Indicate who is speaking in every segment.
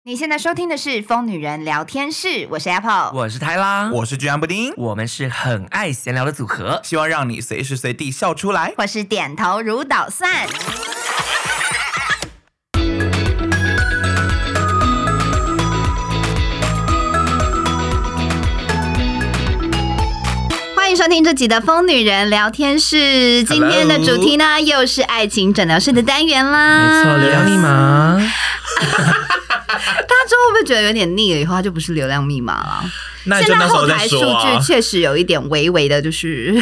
Speaker 1: 你现在收听的是《疯女人聊天室》，我是 Apple，
Speaker 2: 我是泰拉，
Speaker 3: 我是居安布丁，
Speaker 2: 我们是很爱闲聊的组合，
Speaker 3: 希望让你随时随地笑出来，
Speaker 1: 或是点头如捣蒜。欢迎收听这集的《疯女人聊天室》，今天的主题呢又是爱情诊疗室的单元啦。
Speaker 2: 没错，流量密码。
Speaker 1: 大家之后会不会觉得有点腻了？以后它就不是流量密码了。
Speaker 3: 那就那时候再说啊。
Speaker 1: 现在后台数据确实有一点微微的，就是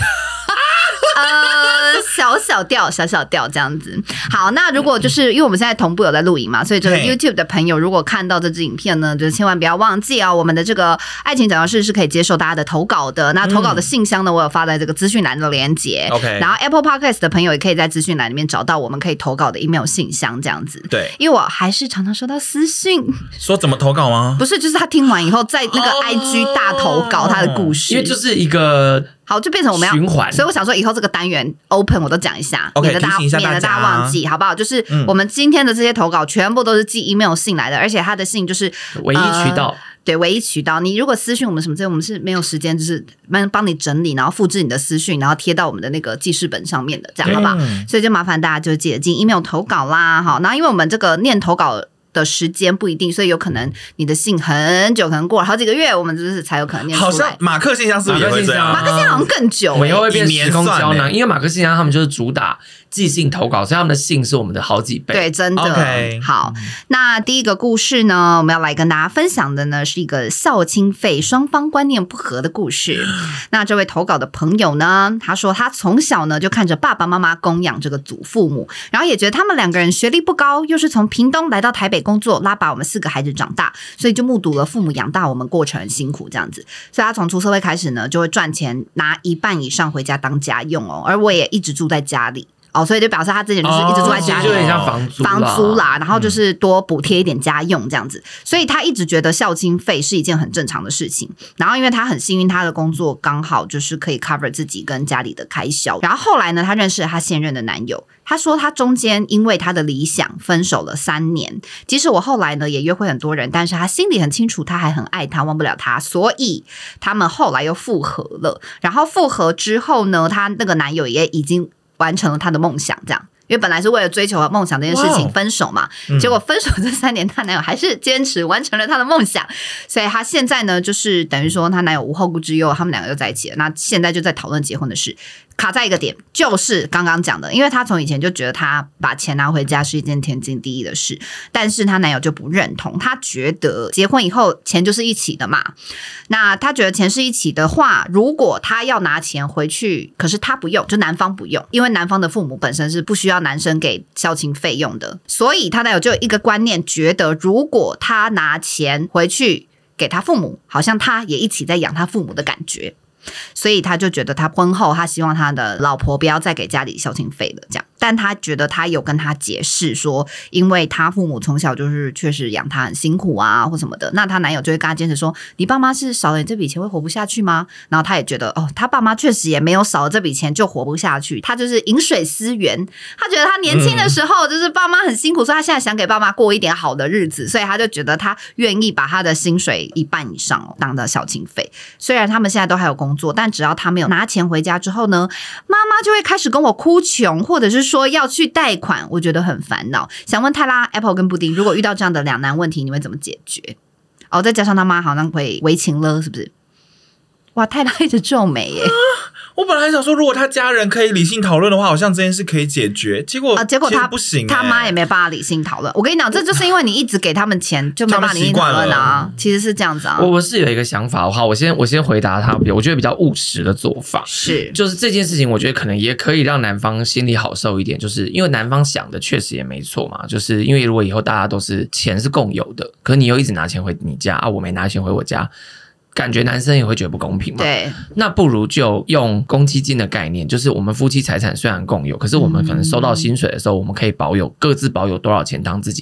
Speaker 1: 小调这样子。好，那如果就是因为我们现在同步有在录影嘛，所以这个 YouTube 的朋友如果看到这支影片呢，就是千万不要忘记哦，我们的这个爱情诊疗室是可以接受大家的投稿的。那投稿的信箱呢，我有发在这个资讯栏的连结。
Speaker 3: OK，
Speaker 1: 然后 Apple Podcast 的朋友也可以在资讯栏里面找到我们可以投稿的 email 信箱这样子。
Speaker 3: 对，
Speaker 1: 因为我还是常常收到私讯，
Speaker 3: 说怎么投稿吗？
Speaker 1: 不是，就是他听完以后在那个 IG 大投稿他的故事，
Speaker 2: 因为就是一个。
Speaker 1: 好，就变成我们要
Speaker 2: 循环，
Speaker 1: 所以我想说，以后这个单元 open 我都讲一下，
Speaker 3: okay，
Speaker 1: 免得大家忘记，好不好？就是我们今天的这些投稿全部都是寄 email 信来的，而且他的信就是
Speaker 2: 唯一渠道，
Speaker 1: 对，唯一渠道。你如果私讯我们什么之类，我们是没有时间，就是帮你整理，然后复制你的私讯，然后贴到我们的那个记事本上面的，这样好不好？所以就麻烦大家就记得进 email 投稿啦。好，那因为我们这个念投稿的时间不一定，所以有可能你的信很久，可能过了好几个月，我们就是才有可能念出来。
Speaker 3: 好像马克信箱是不是也会这样？
Speaker 1: 马克信箱好像更久，
Speaker 2: 我以后会变时空胶囊，因为马克信箱他们就是主打寄信投稿，所以他们的信是我们的好几倍。
Speaker 1: 对，真的。
Speaker 3: Okay，
Speaker 1: 好，那第一个故事呢，我们要来跟大家分享的呢，是一个孝亲费双方观念不合的故事。那这位投稿的朋友呢，他说他从小呢就看着爸爸妈妈供养这个祖父母，然后也觉得他们两个人学历不高，又是从屏东来到台北工作，拉拔我们4个孩子长大，所以就目睹了父母养大我们过程很辛苦这样子。所以他从出社会开始呢，就会赚钱拿一半以上回家当家用哦，而我也一直住在家里。所以就表示他之前就是一直住在家里，
Speaker 2: 就有点像房
Speaker 1: 租啦，然后就是多补贴一点家用这样子，所以他一直觉得孝亲费是一件很正常的事情。然后因为他很幸运，他的工作刚好就是可以 cover 自己跟家里的开销。然后后来呢，他认识了他现任的男友，他说他中间因为他的理想分手了3年，即使我后来呢也约会很多人，但是他心里很清楚他还很爱他，忘不了他，所以他们后来又复合了。然后复合之后呢，他那个男友也已经完成了他的梦想，这样，因为本来是为了追求梦想这件事情分手嘛，结果分手这3年，她男友还是坚持完成了他的梦想，所以她现在呢，就是等于说她男友无后顾之忧，他们2个又在一起了。那现在就在讨论结婚的事，卡在一个点，就是刚刚讲的，因为她从以前就觉得她把钱拿回家是一件天经地义的事，但是她男友就不认同，她觉得结婚以后钱就是一起的嘛。那她觉得钱是一起的话，如果她要拿钱回去，可是她不用，就男方不用，因为男方的父母本身是不需要男生给孝亲费用的，所以她男友就有一个观念，觉得如果他拿钱回去给他父母，好像他也一起在养他父母的感觉。所以他就觉得他婚后他希望他的老婆不要再给家里孝亲费了这样，但他觉得他有跟他解释说，因为他父母从小就是确实养他很辛苦啊或什么的，那他男友就会跟他坚持说，你爸妈是少了你这笔钱会活不下去吗？然后他也觉得他爸妈确实也没有少了这笔钱就活不下去，他就是饮水思源，他觉得他年轻的时候就是爸妈很辛苦，所以他现在想给爸妈过一点好的日子，所以他就觉得他愿意把他的薪水一半以上当的孝亲费。虽然他们现在都还有工作，但只要他没有拿钱回家之后呢，妈妈就会开始跟我哭穷，或者是说要去贷款，我觉得很烦恼。想问泰拉、Apple 跟布丁，如果遇到这样的两难问题，你会怎么解决？再加上他妈好像会为情了，是不是？哇，泰拉一直皱眉耶。
Speaker 3: 我本来还想说，如果他家人可以理性讨论的话，好像这件事可以解决。结果他不行，
Speaker 1: 他妈也没办法理性讨论。我跟你讲，这就是因为你一直给他们钱，就没办法理性讨论啊。其实是这样子啊。
Speaker 2: 我是有一个想法的话，我先回答他，我觉得比较务实的做法
Speaker 1: 是，
Speaker 2: 就是这件事情，我觉得可能也可以让男方心里好受一点，就是因为男方想的确实也没错嘛，就是因为如果以后大家都是钱是共有的，可是你又一直拿钱回你家啊，我没拿钱回我家。感觉男生也会觉得不公平嘛。
Speaker 1: 对，
Speaker 2: 那不如就用公积金的概念，就是我们夫妻财产虽然共有，可是我们可能收到薪水的时候，我们可以各自保有多少钱当自己的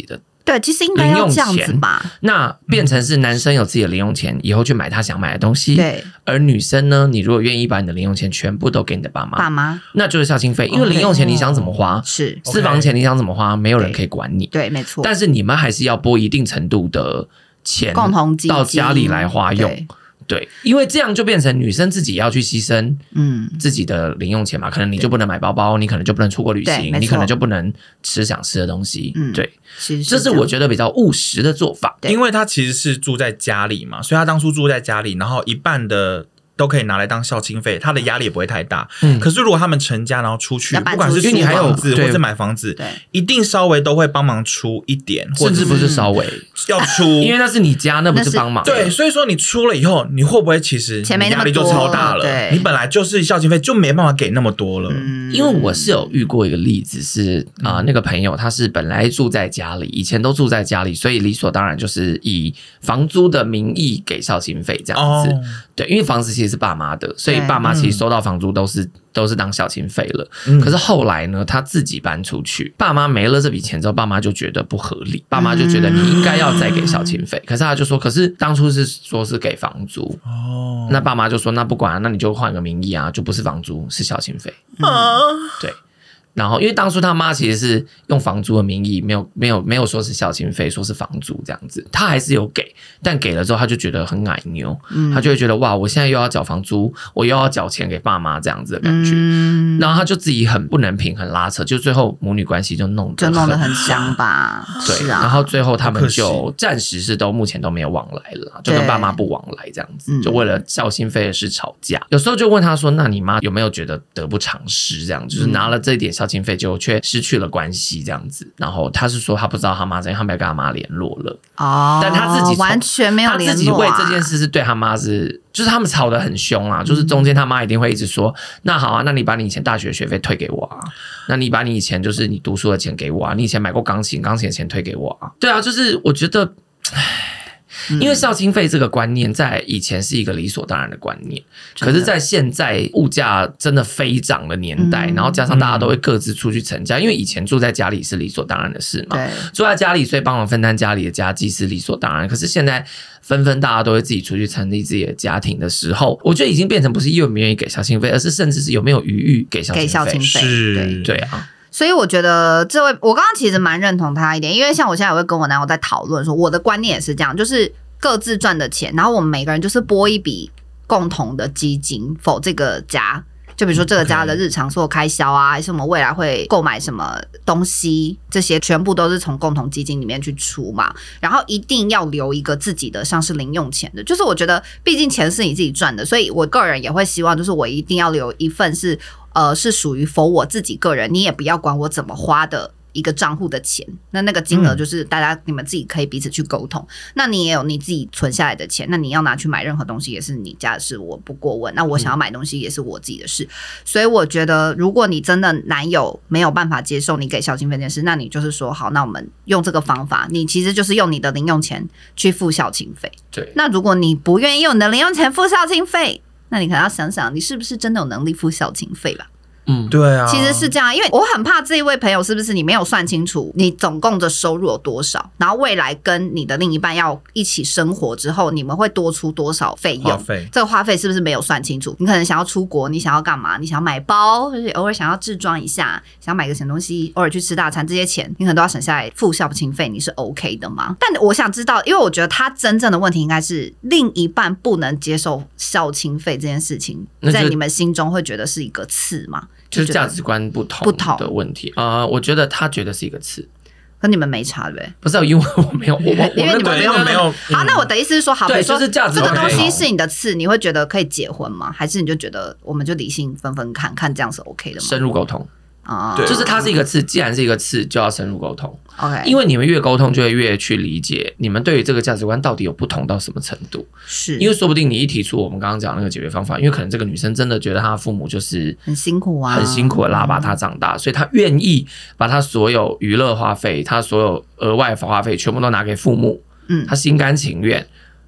Speaker 1: 对，其实应该要这样子吧。
Speaker 2: 那变成是男生有自己的零用钱，以后去买他想买的东西。
Speaker 1: 对，
Speaker 2: 而女生呢，你如果愿意把你的零用钱全部都给你的爸妈，那就是孝亲费。因为零用钱你想怎么花，
Speaker 1: 是
Speaker 2: 私房钱你想怎么花，没有人可以管你。
Speaker 1: 对，没错。
Speaker 2: 但是你们还是要拨一定程度的钱
Speaker 1: 共同基金
Speaker 2: 到家里来花用。对，因为这样就变成女生自己要去牺牲自己的零用钱嘛，可能你就不能买包包，你可能就不能出国旅行，你可能就不能吃想吃的东西。对，这是我觉得比较务实的做法。
Speaker 3: 因为他其实是住在家里嘛，所以他当初住在家里，然后一半的都可以拿来当孝亲费，他的压力也不会太大。可是如果他们成家然后出去，不管是租房子或是买房子，一定稍微都会帮忙出一点，
Speaker 2: 甚至不是稍微
Speaker 3: 要出，
Speaker 2: 因为那是你家，那不是帮忙。
Speaker 3: 对，所以说你出了以后，你会不会其实你压力就超大了？你本来就是孝亲费就没办法给那么多了。
Speaker 2: 因为我是有遇过一个例子是那个朋友他是本来住在家里，以前都住在家里，所以理所当然就是以房租的名义给孝亲费这样子。对，因为房子其实是爸妈的，所以爸妈其实收到房租都是当孝亲费了。可是后来呢，他自己搬出去，爸妈没了这笔钱之后，爸妈就觉得不合理，爸妈就觉得你应该要再给孝亲费。可是他就说，可是当初是说是给房租那爸妈就说那不管那你就换个名义啊，就不是房租是孝亲费。对。然后，因为当初他妈其实是用房租的名义，没有说是孝亲费，说是房租这样子，他还是有给，但给了之后他就觉得很奶牛，他就会觉得哇，我现在又要缴房租，我又要缴钱给爸妈这样子的感觉，然后他就自己很不能平衡拉扯，就最后母女关系就弄得
Speaker 1: 很僵吧，
Speaker 2: 对，
Speaker 1: 是啊，
Speaker 2: 然后最后他们就暂时是目前都没有往来了，就跟爸妈不往来这样子，就为了孝心费的事吵架，有时候就问他说，那你妈有没有觉得得不偿失这样，就是拿了这一点孝亲费就却失去了关系这样子，然后他是说他不知道他妈怎样，他没有跟他妈联络了但他自己
Speaker 1: 完全没有联络
Speaker 2: 他自己为这件事是对他妈就是他们吵得很凶啊，就是中间他妈一定会一直说，那好啊，那你把你以前大学学费退给我啊，那你把你以前就是你读书的钱给我啊，你以前买过钢琴的钱退给我啊，对啊，就是我觉得因为孝亲费这个观念在以前是一个理所当然的观念，可是在现在物价真的飞涨的年代，然后加上大家都会各自出去成家，因为以前住在家里是理所当然的事嘛，住在家里所以帮忙分担家里的家计是理所当然，可是现在纷纷大家都会自己出去成立自己的家庭的时候，我觉得已经变成不是愿不愿意给孝亲费，而是甚至是有没有余裕给孝亲费。对啊，
Speaker 1: 所以我觉得这位，我刚刚其实蛮认同他一点，因为像我现在也会跟我男友在讨论说，我的观念也是这样，就是各自赚的钱，然后我们每个人就是拨一笔共同的基金否这个家，就比如说这个家的日常所有开销啊，还是我们未来会购买什么东西，这些全部都是从共同基金里面去出嘛，然后一定要留一个自己的像是零用钱的，就是我觉得毕竟钱是你自己赚的，所以我个人也会希望就是我一定要留一份是属于否我自己个人，你也不要管我怎么花的一个账户的钱，那个金额就是大家你们自己可以彼此去沟通。那你也有你自己存下来的钱，那你要拿去买任何东西也是你家的事，我不过问。那我想要买东西也是我自己的事，所以我觉得如果你真的男友没有办法接受你给孝亲费这件事，那你就是说好，那我们用这个方法，你其实就是用你的零用钱去付孝亲费。
Speaker 2: 对，
Speaker 1: 那如果你不愿意用你的零用钱付孝亲费，那你可能要想想，你是不是真的有能力付孝亲费吧？
Speaker 3: 对啊，
Speaker 1: 其实是这样，因为我很怕这一位朋友是不是你没有算清楚你总共的收入有多少，然后未来跟你的另一半要一起生活之后，你们会多出多少费用？这个花费是不是没有算清楚？你可能想要出国，你想要干嘛？你想要买包，就是偶尔想要置装一下，想要买个什么东西，偶尔去吃大餐，这些钱你可能都要省下来付孝亲费，你是 OK 的吗？但我想知道，因为我觉得他真正的问题应该是另一半不能接受孝亲费这件事情，在你们心中会觉得是一个刺吗？
Speaker 2: 就是价值观不同的问题我觉得他觉得是一个刺，
Speaker 1: 可你们没差对不对？
Speaker 2: 不是，因为我没有，因
Speaker 1: 为你们没有。好，那我的意思是说，好，比如说
Speaker 2: 就是价值观
Speaker 1: 这个东西是你的刺，你会觉得可以结婚吗？还是你就觉得我们就理性分分看这样是 OK 的吗？
Speaker 2: 深入沟通。就是它是一个刺，既然是一个刺，就要深入沟通。
Speaker 1: OK，
Speaker 2: 因为你们越沟通，就会越去理解你们对于这个价值观到底有不同到什么程度。
Speaker 1: 是
Speaker 2: 因为说不定你一提出我们刚刚讲那个解决方法，因为可能这个女生真的觉得她的父母就是
Speaker 1: 很辛苦啊，
Speaker 2: 很辛苦的拉拔她长大，所以她愿意把她所有娱乐花费、她所有额外花费全部都拿给父母，她心甘情愿。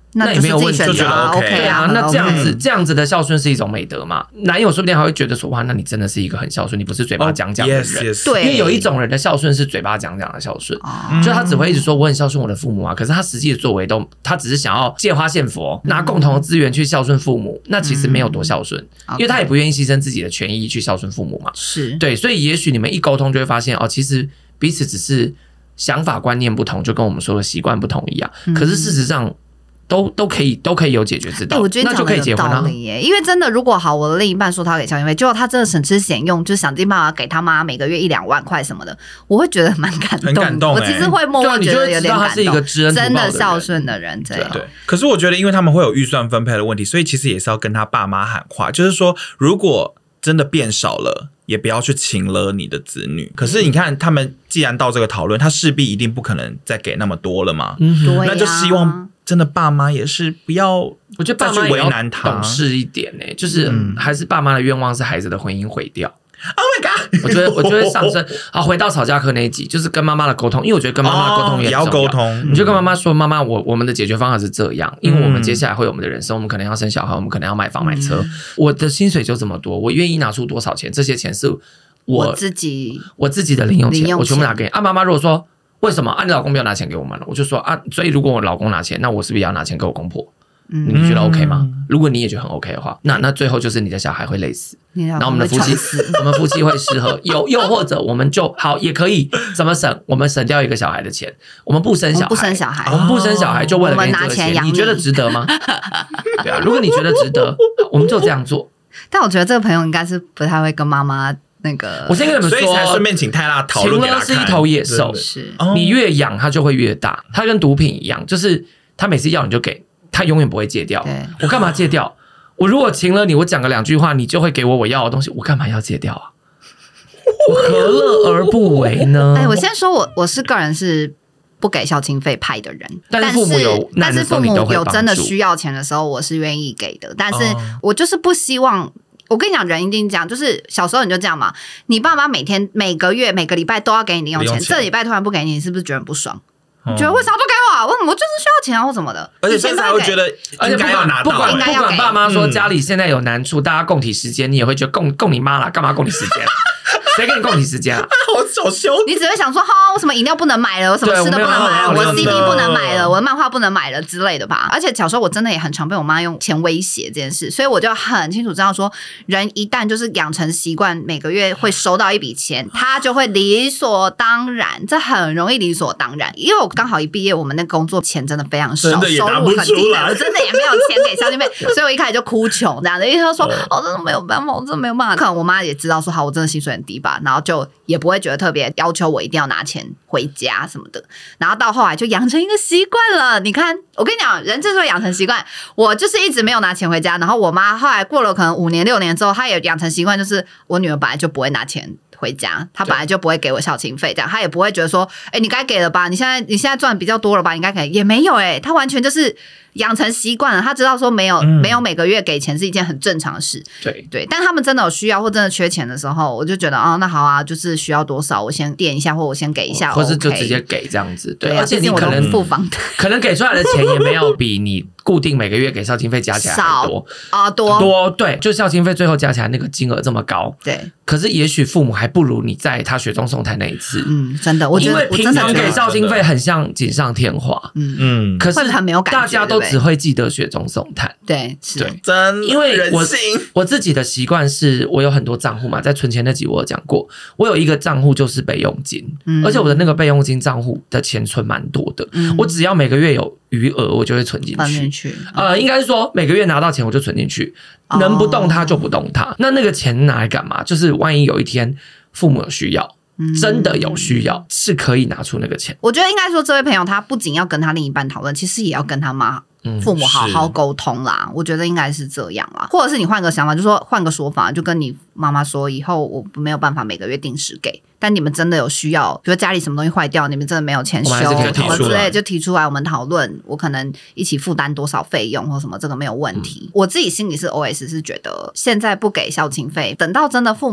Speaker 1: 那
Speaker 2: 也没有问题，
Speaker 3: 就觉得 OK
Speaker 2: 对啊。那这样子的孝顺是一种美德嘛？男友说不定还会觉得说，哇，那你真的是一个很孝顺，你不是嘴巴讲讲的人。
Speaker 1: 对，
Speaker 2: 因为有一种人的孝顺是嘴巴讲讲的孝顺，就他只会一直说我很孝顺我的父母啊，可是他实际的作为他只是想要借花献佛，拿共同的资源去孝顺父母，那其实没有多孝顺，因为他也不愿意牺牲自己的权益去孝顺父母嘛。
Speaker 1: 是
Speaker 2: 对，所以也许你们一沟通就会发现哦，其实彼此只是想法观念不同，就跟我们说的习惯不同一样，可是事实上都可以有解决之道，
Speaker 1: 我觉得
Speaker 2: 那就可以结婚啊。
Speaker 1: 因为真的，如果好，我的另一半说他给孝心费，结果他真的省吃俭用，就想尽办法给他妈每个月1-2万块什么的，我会觉得蛮感动，
Speaker 3: 很感动。
Speaker 1: 我其实会默默觉得有点感动，
Speaker 2: 他是一个知恩图报的人，
Speaker 1: 真的孝顺的人，这样。
Speaker 3: 对。可是我觉得，因为他们会有预算分配的问题，所以其实也是要跟他爸妈喊话，就是说，如果真的变少了，也不要去情勒你的子女。可是你看，他们既然到这个讨论，他势必一定不可能再给那么多了嘛。那就希望真的爸妈也是不要，
Speaker 2: 我觉得爸妈也要懂事一点呢，就是还是爸妈的愿望是孩子的婚姻毁掉。
Speaker 3: Oh my god！
Speaker 2: 我觉得上升好，回到吵架课那一集，就是跟妈妈的沟通，因为我觉得跟妈妈的沟通
Speaker 3: 也
Speaker 2: 要沟
Speaker 3: 通。
Speaker 2: 你就跟妈妈说，妈妈，我们的解决方法是这样，因为我们接下来会有我们的人生，我们可能要生小孩，我们可能要买房买车，我的薪水就这么多，我愿意拿出多少钱，这些钱是我自己的零用钱，我全部拿给你。妈妈如果说为什么你老公没有拿钱给我们了，我就说所以如果我老公拿钱，那我是不是也要拿钱给我公婆？你觉得 OK 吗？如果你也觉得很 OK 的话，那最后就是你的小孩会累死，然后我们的夫妻会失和，又或者我们就好也可以怎么省？我们省掉一个小孩的钱，我们不生小孩，我们不生小孩就为了给你这个钱，你觉得值得吗？对啊，如果你觉得值得，我们就这样做。
Speaker 1: 但我觉得这个朋友应该是不太会跟妈妈那个，
Speaker 2: 我先跟你们说，
Speaker 3: 所以才顺便请泰拉讨论给他看。
Speaker 2: 情勒是一头野兽，你越养它就会越大，它跟毒品一样，就是它每次要你就给。他永远不会戒掉，我干嘛戒掉？我如果情了你，我讲个2句话，你就会给我要的东西，我干嘛要戒掉啊？我何乐而不为呢？
Speaker 1: 我先说我是个人是不给孝亲费派的人，
Speaker 2: 但是父母有
Speaker 1: 真的需要钱的时候，我是愿意给的。但是我就是不希望。我跟你讲，人一定这样，就是小时候你就这样嘛。你爸妈每个月、每个礼拜都要给你零用钱，这礼拜突然不给你，你是不是觉得很不爽？觉得为啥不给我？我就是需要钱啊，或什么的。
Speaker 3: 而且现在会觉得，而且
Speaker 2: 不管爸妈说家里现在有难处，大家共体时间，你也会觉得供你妈啦，干嘛供你时间？谁跟你共体时间啊？
Speaker 3: 好羞！
Speaker 1: 你只会想说，我什么饮料不能买了，我什么吃的不能买了，我 CD 不能买了，我的漫画不能买了之类的吧。而且小时候我真的也很常被我妈用钱威胁这件事，所以我就很清楚知道说，人一旦就是养成习惯，每个月会收到一笔钱，他就会理所当然，这很容易理所当然。因为我刚好一毕业，我们那工作钱真的非常少，收入很低，我真的也没有钱给孝心费，所以我一开始就哭穷这样的，因为他说真的没有办法，我真的没有办法。可能我妈也知道说，好，我真的薪水很低吧，然后就也不会觉得特别要求我一定要拿钱回家什么的，然后到后来就养成一个习惯了。你看，我跟你讲，人之所以养成习惯，我就是一直没有拿钱回家，然后我妈后来过了可能5年6年之后，她也养成习惯，就是我女儿本来就不会拿钱回家，她本来就不会给我孝亲费，这样她也不会觉得说，你该给了吧，你现在赚比较多了吧，你该给，也没有她完全就是养成习惯了，他知道说没有每个月给钱是一件很正常的事，对，但他们真的有需要或真的缺钱的时候，我就觉得那好啊，就是需要多少我先垫一下，或我先给一下，
Speaker 2: 或是就直接给这样子，对，而且你可能给出来的钱也没有比你固定每个月给孝亲费加起来还多，对，就孝亲费最后加起来那个金额这么高，
Speaker 1: 对，
Speaker 2: 可是也许父母还不如你在他雪中送炭那一次，
Speaker 1: 真的，我觉得
Speaker 2: 因为平常给孝亲费很像锦上添花，可是
Speaker 1: 很没有感觉，
Speaker 2: 大家都只会记得雪中送炭，
Speaker 1: 对，是，
Speaker 3: 真，
Speaker 2: 因为我自己的习惯是我有很多账户嘛，在存钱那集我有讲过，我有一个账户就是备用金，而且我的那个备用金账户的钱存蛮多的，我只要每个月有余额，我就会存进去。应该是说每个月拿到钱我就存进去，能不动它就不动它。那个钱拿来干嘛？就是万一有一天父母有需要。真的有需要是可以拿出那个钱。
Speaker 1: 我觉得应该说，这位朋友他不仅要跟他另一半讨论，其实也要跟他妈父母好好沟通啦。我觉得应该是这样啦，或者是你换个想法，就说换个说法，就跟你妈妈说，以后我没有办法每个月定时给，但你们真的有需要，比如家里什么东西坏掉，你们真的没有钱修什么之类，就提出来我们讨论，我可能一起负担多少费用或什么，这个没有问题。我自己心里是 OS 是觉得，现在不给孝亲费，等到真的父母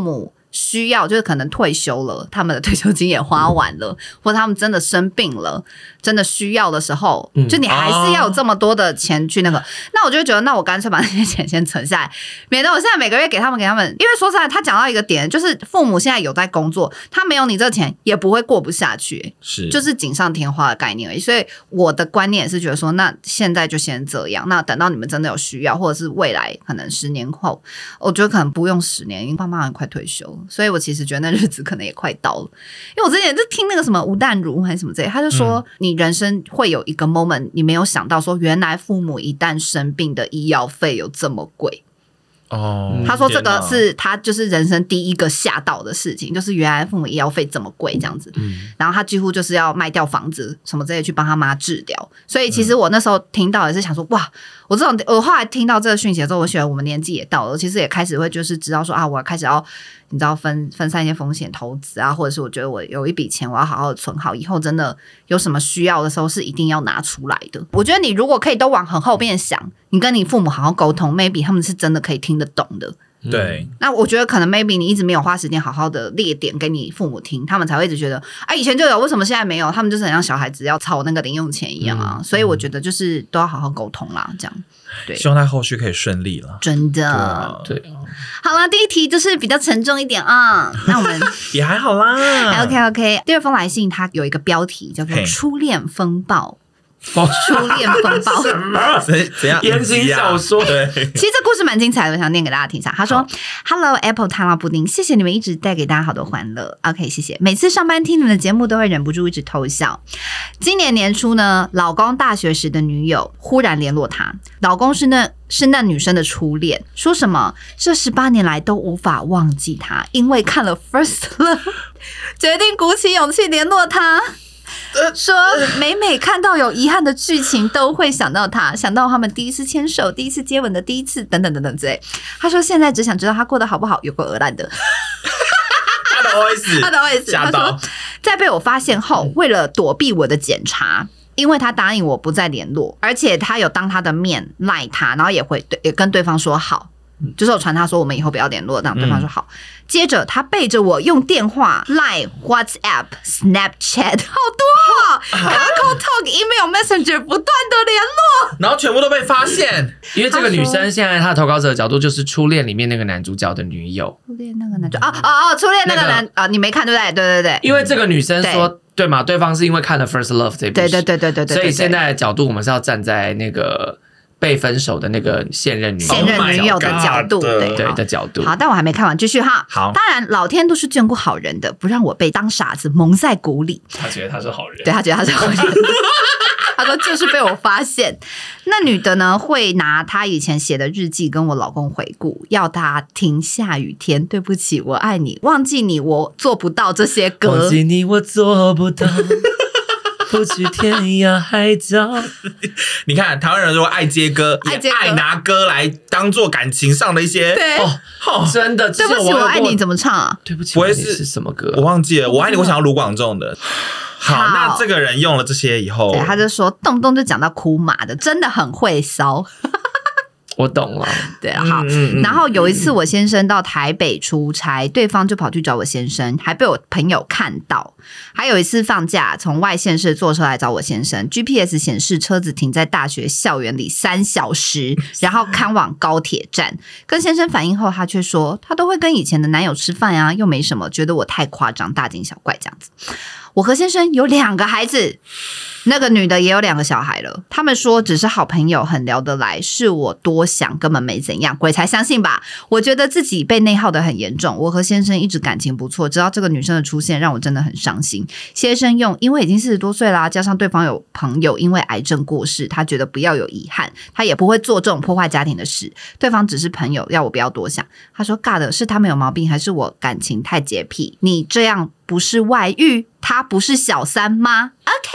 Speaker 1: 需要，就是可能退休了，他们的退休金也花完了，或者他们真的生病了，真的需要的时候，就你还是要有这么多的钱去那个。那我就觉得，那我干脆把那些钱先存下来，免得我现在每个月给他们。因为说实在，他讲到一个点，就是父母现在有在工作，他没有你这钱也不会过不下去，就是锦上添花的概念而已。所以我的观念也是觉得说，那现在就先这样，那等到你们真的有需要，或者是未来可能10年后，我觉得可能不用10年，因为爸妈很快退休了，所以我其实觉得那日子可能也快到了。因为我之前就听那个什么吴淡如还是什么之类，他就说你人生会有一个 moment， 你没有想到说原来父母一旦生病的医药费有这么贵。他说这个是他就是人生第一个吓到的事情，就是原来父母医药费这么贵这样子，然后他几乎就是要卖掉房子什么之类去帮他妈治疗。所以其实我那时候听到也是想说，哇，我后来听到这个讯息的时候，我觉得我们年纪也到了，其实也开始会就是知道说啊，我开始要你知道分散一些风险投资啊，或者是我觉得我有一笔钱我要好好的存好，以后真的有什么需要的时候是一定要拿出来的。我觉得你如果可以都往很后面想，你跟你父母好好沟通 maybe 他们是真的可以听得懂的。
Speaker 3: 对，
Speaker 1: 那我觉得可能 maybe 你一直没有花时间好好的列点给你父母听，他们才会一直觉得啊以前就有，为什么现在没有？他们就是很像小孩子要操那个零用钱一样啊。所以我觉得就是都要好好沟通啦，这样。对，
Speaker 3: 希望他后续可以顺利了。
Speaker 1: 真的，
Speaker 2: 对。
Speaker 1: 好了，第一题就是比较沉重一点啊。那我们
Speaker 3: 也还好啦。
Speaker 1: OK。第二封来信，它有一个标题叫做《初恋风暴》。初恋风暴
Speaker 3: 什么？怎样？
Speaker 2: 言情小说。
Speaker 3: 对，
Speaker 1: 其实这故事蛮精彩的，我想念给大家听一下。他说 ：“Hello Apple 汤拉布丁，谢谢你们一直带给大家好多欢乐。OK， 谢谢。每次上班听你们的节目，都会忍不住一直偷笑。今年年初呢，老公大学时的女友忽然联络他，老公是那女生的初恋，说什么这18年来都无法忘记他，因为看了 First Love， 决定鼓起勇气联络他。”说每看到有遗憾的剧情都会想到他，想到他们第一次牵手、第一次接吻的第一次等等等等之类。他说现在只想知道他过得好不好，有个鹅烂的。
Speaker 3: 他的 OS，
Speaker 1: 他说在被我发现后，为了躲避我的检查，因为他答应我不再联络，而且他有当他的面赖他，然后也跟对方说好。就是我传他说我们以后不要联络，让对方说好。接着他背着我用电话、Line、WhatsApp、Snapchat 好多啊，Kakao Talk、Email、Messenger 不断的联络，
Speaker 3: 然后全部都被发现。
Speaker 2: 因为这个女生现在她的投稿者的角度就是初恋里面那个男主角的女友。
Speaker 1: 初恋那个男主初恋那个男啊，你没看对不对？对。
Speaker 2: 因为这个女生说对嘛，对方是因为看了 First Love 这部戏，
Speaker 1: 对，
Speaker 2: 所以现在的角度我们是要站在那个被分手的那个现任女
Speaker 1: 友的角度，对
Speaker 2: 的角度。
Speaker 1: 好，但我还没看完，继续哈。
Speaker 3: 好，
Speaker 1: 当然老天都是眷顾好人的，不让我被当傻子蒙在鼓里。
Speaker 2: 他觉得他是好人，
Speaker 1: 对，他觉得他是好人。他说就是被我发现，那女的呢会拿她以前写的日记跟我老公回顾，要他听下雨天，对不起，我爱你，忘记你，我做不到这些歌，
Speaker 2: 忘记你，我做不到。不去天涯海角。
Speaker 3: 你看台湾人如果爱接歌，也爱拿歌来当做感情上的一些
Speaker 1: 对
Speaker 2: 真的。
Speaker 1: 对不起，我爱你怎么唱啊？
Speaker 2: 对不起，我爱你是什么歌？
Speaker 3: 我忘记了。我爱你，我想要卢广仲的。好，那这个人用了这些以后，
Speaker 1: 对，他就说动不动就讲到哭马的，真的很会骚。
Speaker 2: 我懂了，
Speaker 1: 对，好。然后有一次我先生到台北出差，对方就跑去找我先生，还被我朋友看到。还有一次放假，从外县市坐车来找我先生 ，GPS 显示车子停在大学校园里3小时，然后开往高铁站。跟先生反映后，他却说他都会跟以前的男友吃饭啊，又没什么，觉得我太夸张，大惊小怪这样子。我和先生有2个孩子，那个女的也有2个小孩了。他们说只是好朋友，很聊得来，是我多想，根本没怎样，鬼才相信吧。我觉得自己被内耗得很严重。我和先生一直感情不错，直到这个女生的出现让我真的很伤心。先生因为已经40多岁啦，加上对方有朋友因为癌症过世，他觉得不要有遗憾，他也不会做这种破坏家庭的事。对方只是朋友，要我不要多想。他说尬的是他们有毛病，还是我感情太洁癖？你这样不是外遇，他不是小三吗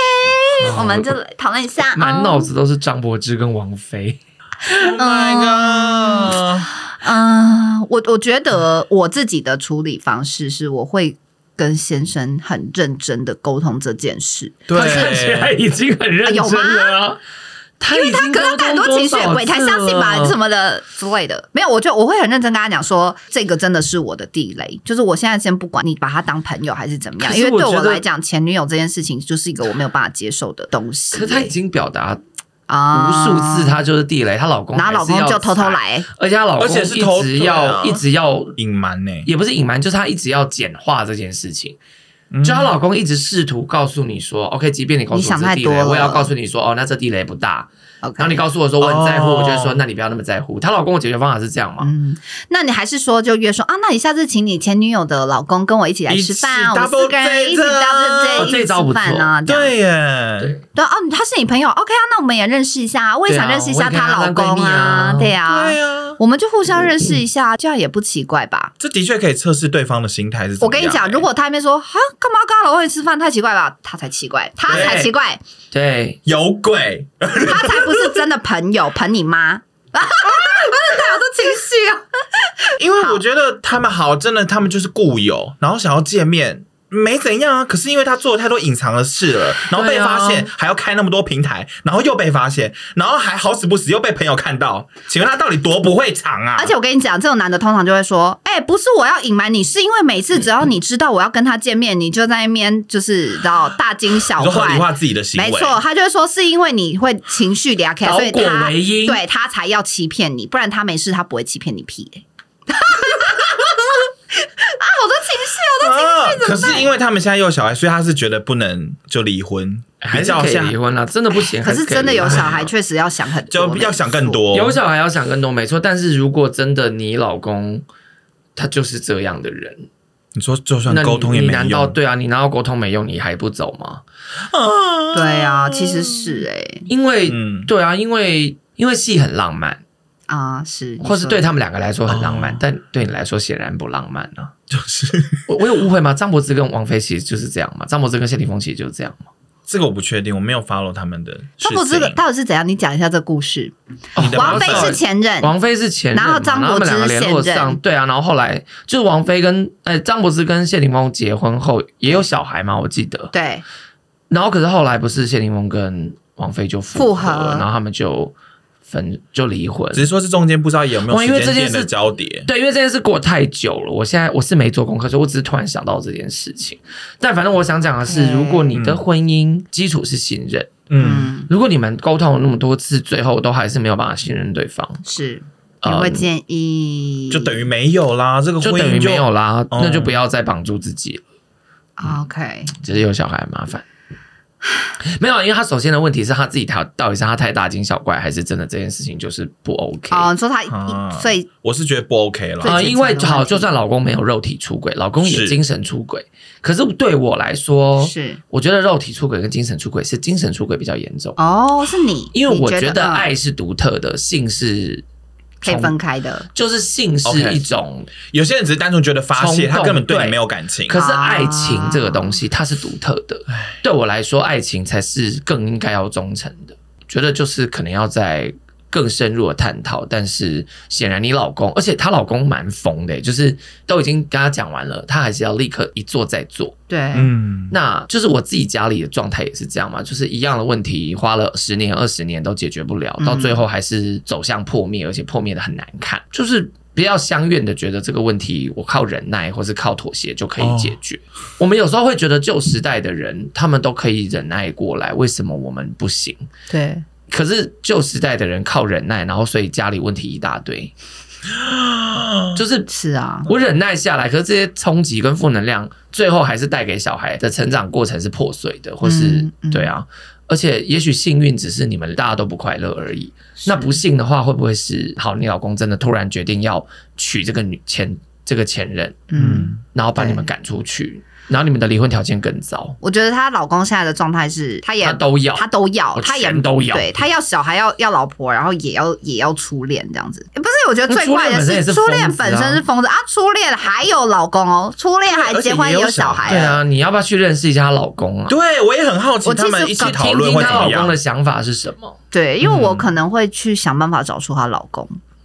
Speaker 1: ？OK，我们就讨论一下。
Speaker 2: 满脑子都是张柏芝跟王菲。
Speaker 3: Oh my god！
Speaker 1: 我觉得我自己的处理方式是，我会跟先生很认真的沟通这件事。
Speaker 3: 对，
Speaker 2: 他看起来已经很认真了啊。
Speaker 1: 因为他可能很多情绪，鬼才相信吧什么的之类的。没有，我会很认真跟他讲说，这个真的是我的地雷，就是我现在先不管你把他当朋友还是怎么样，因为对我来讲，前女友这件事情就是一个我没有办法接受的东西。
Speaker 2: 可他已经表达无数次，她就是地雷，她老公，
Speaker 1: 然后老公就偷偷来，
Speaker 2: 而且她老公一直要
Speaker 3: 隐瞒呢，
Speaker 2: 也不是隐瞒，就是她一直要简化这件事情。就她老公一直试图告诉你说 ，OK， 即便你告诉我这地雷，我也要告诉你说，哦，那这地雷不大。
Speaker 1: Okay.
Speaker 2: 然后你告诉我说我很在乎，我就会说那你不要那么在乎。她老公的解决方法是这样吗？
Speaker 1: 那你还是说就约说啊，那你下次请你前女友的老公跟我一起来吃饭，我们4个人一起 double date，
Speaker 2: 这招不错
Speaker 1: 啊，
Speaker 3: 对耶，
Speaker 1: 对哦，他是你朋友 ，OK 啊，那我们也认识一下，我也想认识一下她老公啊，对啊，我们就互相认识一下，这样也不奇怪吧？
Speaker 3: 这的确可以测试对方的心态是怎么样。
Speaker 1: 我跟你讲，如果他那边说啊，干嘛跟他老公一起吃饭，太奇怪吧？他才奇怪，他才奇怪，
Speaker 2: 对，
Speaker 3: 有鬼，
Speaker 1: 他才不是真的朋友，捧你妈。太有这情绪啊！
Speaker 3: 因为我觉得他们真的，他们就是故友，然后想要见面，没怎样啊。可是因为他做了太多隐藏的事了，然后被发现，还要开那么多平台，然后又被发现，然后还好死不死又被朋友看到。请问他到底多不会藏啊？
Speaker 1: 而且我跟你讲，这种男的通常就会说：“不是我要隐瞒你，是因为每次只要你知道我要跟他见面，你就在那边就是然后大惊小怪，
Speaker 3: 合理化自己的行为。
Speaker 1: 没错，他就会说是因为你会情绪俩开，所以他才要欺骗你，不然他没事，他不会欺骗你屁。好多情绪，
Speaker 3: 可是因为他们现在有小孩，所以他是觉得不能就离婚，
Speaker 2: 还是可以离婚啦，真的不行。
Speaker 1: 可是真的有小孩，确实要想很多，
Speaker 3: 就要想更多。
Speaker 2: 有小孩要想更多，没错。但是如果真的你老公他就是这样的人，
Speaker 3: 你说就算沟通也没用，
Speaker 2: 你难道对啊？你难道沟通没用，你还不走吗？
Speaker 1: 对啊，其实是
Speaker 2: 因为对啊，因为戏很浪漫。
Speaker 1: 是，
Speaker 2: 或是对他们两个来说很浪漫，但对你来说显然不浪漫啊。
Speaker 3: 就是
Speaker 2: 我有误会吗？张柏芝跟王菲其实就是这样吗？张柏芝跟谢霆锋其实就是这样吗？
Speaker 3: 这个我不确定，我没有 follow 他们的事情。
Speaker 1: 张柏芝到底是怎样？你讲一下这故事。王菲是前任，
Speaker 2: 王菲是前任，
Speaker 1: 然后张柏芝是现任，
Speaker 2: 对啊，然后后来就是王菲跟张柏芝跟谢霆锋结婚后也有小孩嘛，我记得。
Speaker 1: 对。
Speaker 2: 然后可是后来不是谢霆锋跟王菲就复合了，然后他们就离婚，
Speaker 3: 只是说是中间不知道有没有时间点的交叠。
Speaker 2: 对，因为这件事过太久了，我是没做功课，所以我只是突然想到这件事情。但反正我想讲的是，如果你的婚姻基础是信任，如果你们沟通了那么多次，最后都还是没有办法信任对方，
Speaker 1: 是你会建议
Speaker 3: 就等于没有啦，这个婚姻
Speaker 2: 就等于没有啦，那就不要再绑住自己了。
Speaker 1: OK，
Speaker 2: 只是有小孩很麻烦。没有，因为他首先的问题是他自己到底是他太大惊小怪，还是真的这件事情就是不 OK？
Speaker 1: 你说他所以
Speaker 3: 我是觉得不 OK 了
Speaker 2: 因为好，就算老公没有肉体出轨，老公也精神出轨，可是对我来说，我觉得肉体出轨跟精神出轨是精神出轨比较严重。
Speaker 1: 是你，
Speaker 2: 因为我觉得爱是独特的，性是
Speaker 1: 可以分开的，
Speaker 2: 就是性是一种，
Speaker 3: 有些人只是单纯觉得发泄，他根本对你没有感情。
Speaker 2: 可是爱情这个东西，它是独特的。对我来说，爱情才是更应该要忠诚的。觉得就是可能要在更深入的探讨，但是显然你老公，而且她老公蛮疯的，就是都已经跟他讲完了，他还是要立刻一做再做。
Speaker 1: 对，
Speaker 2: 那就是我自己家里的状态也是这样嘛，就是一样的问题，花了10年、20年都解决不了，到最后还是走向破灭，而且破灭的很难看。就是不要相怨的觉得这个问题我靠忍耐或是靠妥协就可以解决。我们有时候会觉得旧时代的人他们都可以忍耐过来，为什么我们不行？
Speaker 1: 对。
Speaker 2: 可是旧时代的人靠忍耐，然后所以家里问题一大堆，
Speaker 1: 是啊，
Speaker 2: 我忍耐下来，可是这些冲击跟负能量，最后还是带给小孩的成长过程是破碎的，或是对啊，而且也许幸运只是你们大家都不快乐而已，那不幸的话会不会是好？你老公真的突然决定要娶这个前任，然后把你们赶出去。然后你们的离婚条件更糟。我
Speaker 1: 觉得她老公现在的状态是，他都要，他也
Speaker 2: 都要，
Speaker 1: 对，他要小孩，要老婆，然后也要初恋这样子。不是，我觉得最怪的是初恋本身是疯子啊，初恋还有老公哦，初恋还结婚也有小孩。
Speaker 2: 对啊，你要不要去认识一下她老公啊？
Speaker 3: 对，我也很好奇，他们一起讨论会怎么样？
Speaker 2: 她老公的想法是什么？
Speaker 1: 对，因为我可能会去想办法找出她老公。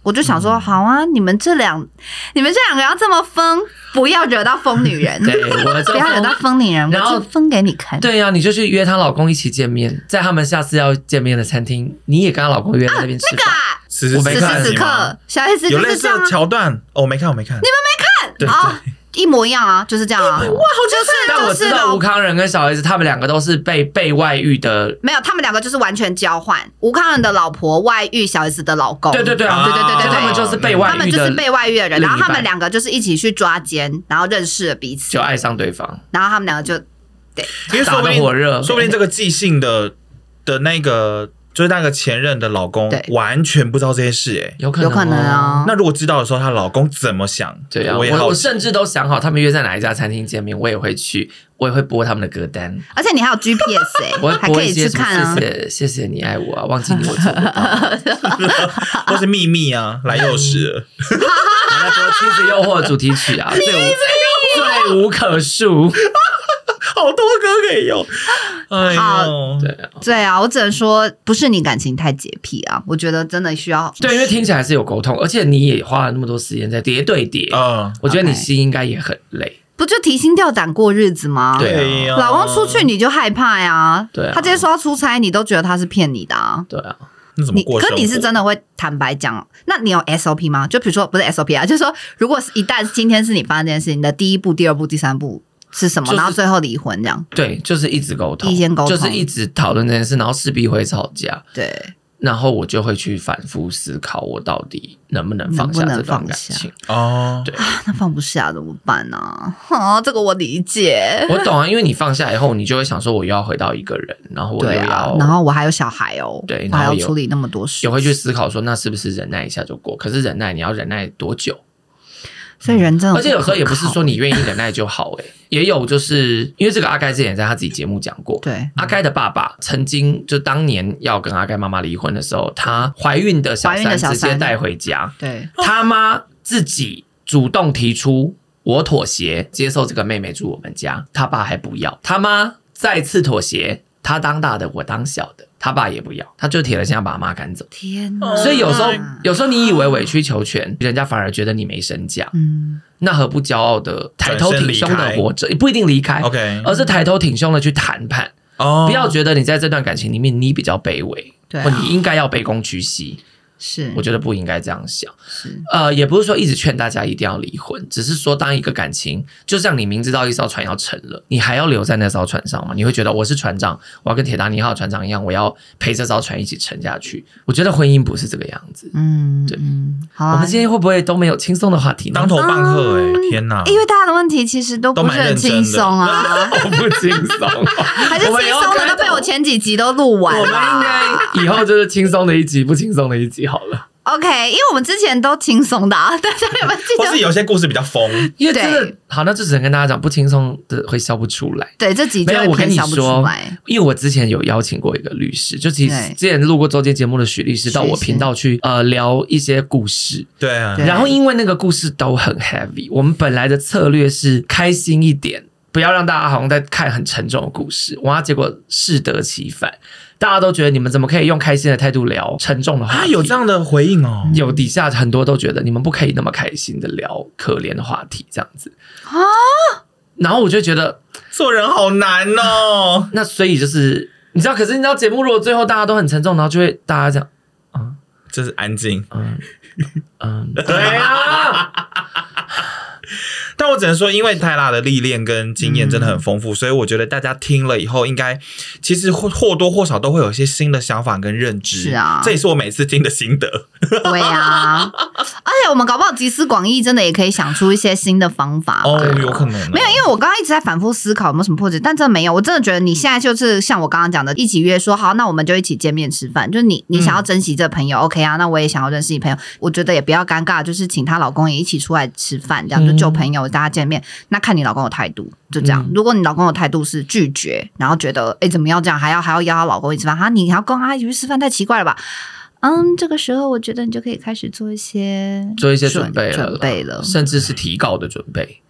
Speaker 1: 我就想说，好啊，你们这两个要这么疯，不要惹到疯女人，
Speaker 2: 对，我
Speaker 1: 不要惹到疯女人，然后疯给你看。
Speaker 2: 对啊，你就去约她老公一起见面，在他们下次要见面的餐厅，你也跟她老公约在那边吃饭。
Speaker 3: 我没看，
Speaker 1: 此刻小 S
Speaker 3: 有类似的桥段，我没看，你们没看，对。
Speaker 1: 一模一样啊，就是这样啊。哇，好
Speaker 2: 就是但我知道吴康仁跟小 S 他们两个都是被外遇的，
Speaker 1: 没有，他们两个就是完全交换。吴康仁的老婆外遇小 S 的老公，
Speaker 2: 对，他们就是被外遇的，
Speaker 1: 他们就是被外遇的人，然后他们两个就是一起去抓奸，然后认识了彼此，
Speaker 2: 就爱上对方，
Speaker 1: 然后他们两个就对，
Speaker 3: 因为
Speaker 2: 打得火热，
Speaker 3: 说不定这个寄信的那个。就是那个前任的老公完全不知道这些事，
Speaker 2: 有可能
Speaker 1: 啊。
Speaker 3: 那如果知道的时候，她老公怎么想？
Speaker 2: 对啊，我甚至都想好他们约在哪一家餐厅见面，我也会去，我也会播他们的歌单。
Speaker 1: 而且你还有 GPS
Speaker 2: 我
Speaker 1: 还可以去看啊。
Speaker 2: 谢谢你爱我啊，忘记你我做不到。
Speaker 3: 或是秘密啊，来又是了。
Speaker 2: 还在播《妻子诱惑》主题曲啊，罪无可恕。
Speaker 3: 好多歌可以用，哎呦，
Speaker 1: 对啊，我只能说不是你感情太洁癖啊，我觉得真的需要
Speaker 2: 对，因为听起来是有沟通，而且你也花了那么多时间在叠对叠，我觉得你心应该也很累，
Speaker 1: 不就提心吊胆过日子吗？
Speaker 2: 对
Speaker 3: 啊，
Speaker 1: 老公出去你就害怕呀，
Speaker 2: 对啊，
Speaker 1: 他今天说要出差，你都觉得他是骗你的啊，
Speaker 2: 对啊。
Speaker 3: 那怎么过生活？
Speaker 1: 可你是真的会坦白讲，那你有 SOP 吗？就比如说不是 SOP 啊，就是说如果一旦今天是你发生这件事情的第一步、第二步、第三步。是什么？然后最后离婚这样？
Speaker 2: 对，就是一直沟通，就是一直讨论这件事，然后势必会吵架。
Speaker 1: 对，
Speaker 2: 然后我就会去反复思考，我到底能不能放下这段感情？
Speaker 3: 哦，
Speaker 1: 对，那放不下怎么办呢？啊，这个我理解，
Speaker 2: 我懂啊，因为你放下以后，你就会想说，我又要回到一个人，然后我又要，
Speaker 1: 然后我还有小孩哦，
Speaker 2: 对，
Speaker 1: 我还要处理那么多事，
Speaker 2: 也会去思考说，那是不是忍耐一下就过？可是忍耐，你要忍耐多久？
Speaker 1: 所以人真的，
Speaker 2: 而且有时候也不是说你愿意忍耐就好，也有就是因为这个阿该之前在他自己节目讲过，
Speaker 1: 对，
Speaker 2: 阿该的爸爸曾经就当年要跟阿该妈妈离婚的时候，他怀孕的小三直接带回家，
Speaker 1: 对，
Speaker 2: 他妈自己主动提出我妥协接受这个妹妹住我们家，他爸还不要，他妈再次妥协，他当大的我当小的。他爸也不要，他就铁了心要把他妈赶走。
Speaker 1: 天哪！
Speaker 2: 所以有时候你以为委曲求全，人家反而觉得你没身价。那何不骄傲的抬头挺胸的活着？也不一定离开
Speaker 3: ，OK，
Speaker 2: 而是抬头挺胸的去谈判。不要觉得你在这段感情里面你比较卑微，或你应该要卑躬屈膝。
Speaker 1: 是，
Speaker 2: 我觉得不应该这样想。也不是说一直劝大家一定要离婚，只是说当一个感情，就像你明知道一艘船要沉了，你还要留在那艘船上吗？你会觉得我是船长，我要跟铁达尼号船长一样，我要陪这艘船一起沉下去。我觉得婚姻不是这个样子。对，好，我们今天会不会都没有轻松的话题呢？
Speaker 3: 当头棒喝天哪！
Speaker 1: 因为大家的问题其实都不是很轻松啊，
Speaker 2: 我不轻松，
Speaker 1: 还是轻松的都被我前几集都录完了。
Speaker 2: 我们应该以后就是轻松的一集，不轻松的一集好了。
Speaker 1: OK， 因为我们之前都轻松的，大家有没有记得？
Speaker 3: 或是有些故事比较疯，
Speaker 2: 因为真的好，那就只能跟大家讲，不轻松的会笑不出来。
Speaker 1: 对，这集就会偏笑不出来。
Speaker 2: 因为我之前有邀请过一个律师，就其实之前录过周间节目的许律师到我频道去聊一些故事，
Speaker 3: 对啊。
Speaker 2: 然后因为那个故事都很 heavy， 我们本来的策略是开心一点，不要让大家好像在看很沉重的故事，哇，结果适得其反。大家都觉得你们怎么可以用开心的态度聊沉重的话题？
Speaker 3: 有这样的回应哦。
Speaker 2: 有底下很多都觉得你们不可以那么开心的聊可怜的话题，这样子啊。然后我就觉得
Speaker 3: 做人好难哦。
Speaker 2: 那所以就是你知道，可是你知道节目如果最后大家都很沉重，然后就会大家这样，
Speaker 3: 就是安静，
Speaker 2: 对啊。
Speaker 3: 但我只能说，因为泰拉的历练跟经验真的很丰富，所以我觉得大家听了以后，应该其实或多或少都会有一些新的想法跟认知。
Speaker 1: 是啊，
Speaker 3: 这也是我每次听的心得。
Speaker 1: 对啊，而且我们搞不好集思广益，真的也可以想出一些新的方法。
Speaker 3: 有可能
Speaker 1: 没有，因为我刚刚一直在反复思考有没有什么破解，但真的没有。我真的觉得你现在就是像我刚刚讲的，一起约说好，那我们就一起见面吃饭。就是你想要珍惜这个朋友，OK 啊？那我也想要认识你朋友，我觉得也不要尴尬，就是请她老公也一起出来吃饭，这样就旧朋友大家见面。那看你老公的态度，就这样。如果你老公的态度是拒绝，然后觉得怎么要这样，还要邀她老公一起吃饭，你还要跟他一起去吃饭，太奇怪了吧？这个时候我觉得你就可以开始做一些
Speaker 2: 准备了，甚至是提告的准备。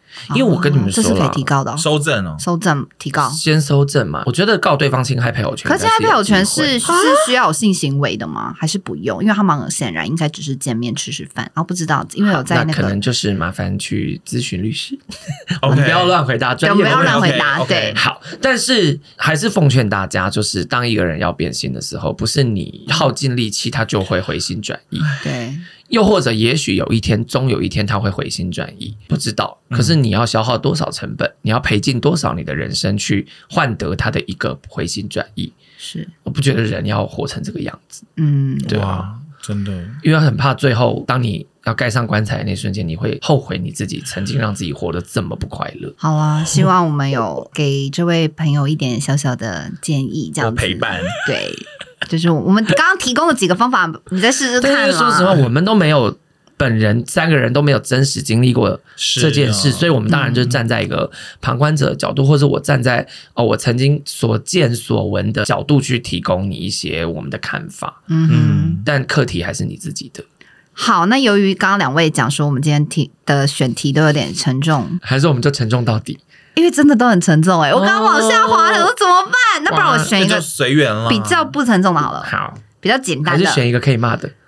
Speaker 2: 因为我跟你们说了，
Speaker 1: 这是可以提高的
Speaker 3: 收证
Speaker 1: 收证提高，
Speaker 2: 先收证嘛。我觉得告对方侵害配偶权，
Speaker 1: 可是侵害配偶权是需要有性行为的吗？还是不用？因为他们很显然应该只是见面吃饭，然后不知道，因为有在
Speaker 2: 那可能就是麻烦去咨询律师。
Speaker 3: 我
Speaker 2: 们不要乱回答，专业
Speaker 1: 不要乱回答。对，
Speaker 2: 好，但是还是奉劝大家，就是当一个人要变心的时候，不是你耗尽力气，他就会回心转意。
Speaker 1: 对。
Speaker 2: 又或者也许终有一天他会回心转意，不知道。可是你要消耗多少成本，你要赔尽多少你的人生去换得他的一个回心转意。
Speaker 1: 是，
Speaker 2: 我不觉得人要活成这个样子。对啊，
Speaker 3: 真的，
Speaker 2: 因为很怕最后当你要盖上棺材的那瞬间，你会后悔你自己曾经让自己活得这么不快乐。
Speaker 1: 好啊，希望我们有给这位朋友一点小小的建议，这样子
Speaker 3: 陪伴。
Speaker 1: 对。就是我们刚刚提供的几个方法，你再试试看啦。
Speaker 2: 说实话，我们都没有本人3个人都没有真实经历过这件事，所以我们当然就站在一个旁观者的角度，或者我站在我曾经所见所闻的角度去提供你一些我们的看法。但课题还是你自己的。
Speaker 1: 好，那由于刚刚2位讲说我们今天的选题都有点沉重，
Speaker 2: 还是我们就沉重到底？
Speaker 1: 因为真的都很沉重我刚刚往下滑了，我怎么办？那不然我选一个
Speaker 3: 随缘了，
Speaker 1: 比较不沉重的好了。
Speaker 2: 好，
Speaker 1: 比较简单的，
Speaker 2: 还是选一个可以骂的。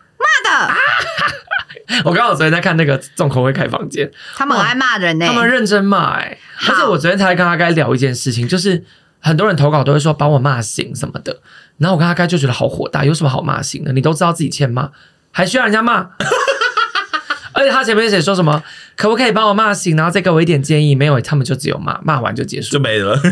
Speaker 2: 我刚好昨天在看那个重口味开房间，
Speaker 1: 他们很爱骂人
Speaker 2: 他们认真骂而且我昨天才跟阿该聊一件事情，就是很多人投稿都会说把我骂醒什么的，然后我跟阿该就觉得好火大，有什么好骂醒的？你都知道自己欠骂，还需要人家骂？而且他前面写说什么可不可以帮我骂醒，然后再给我一点建议，没有，他们就只有骂完就结束，
Speaker 3: 就没了。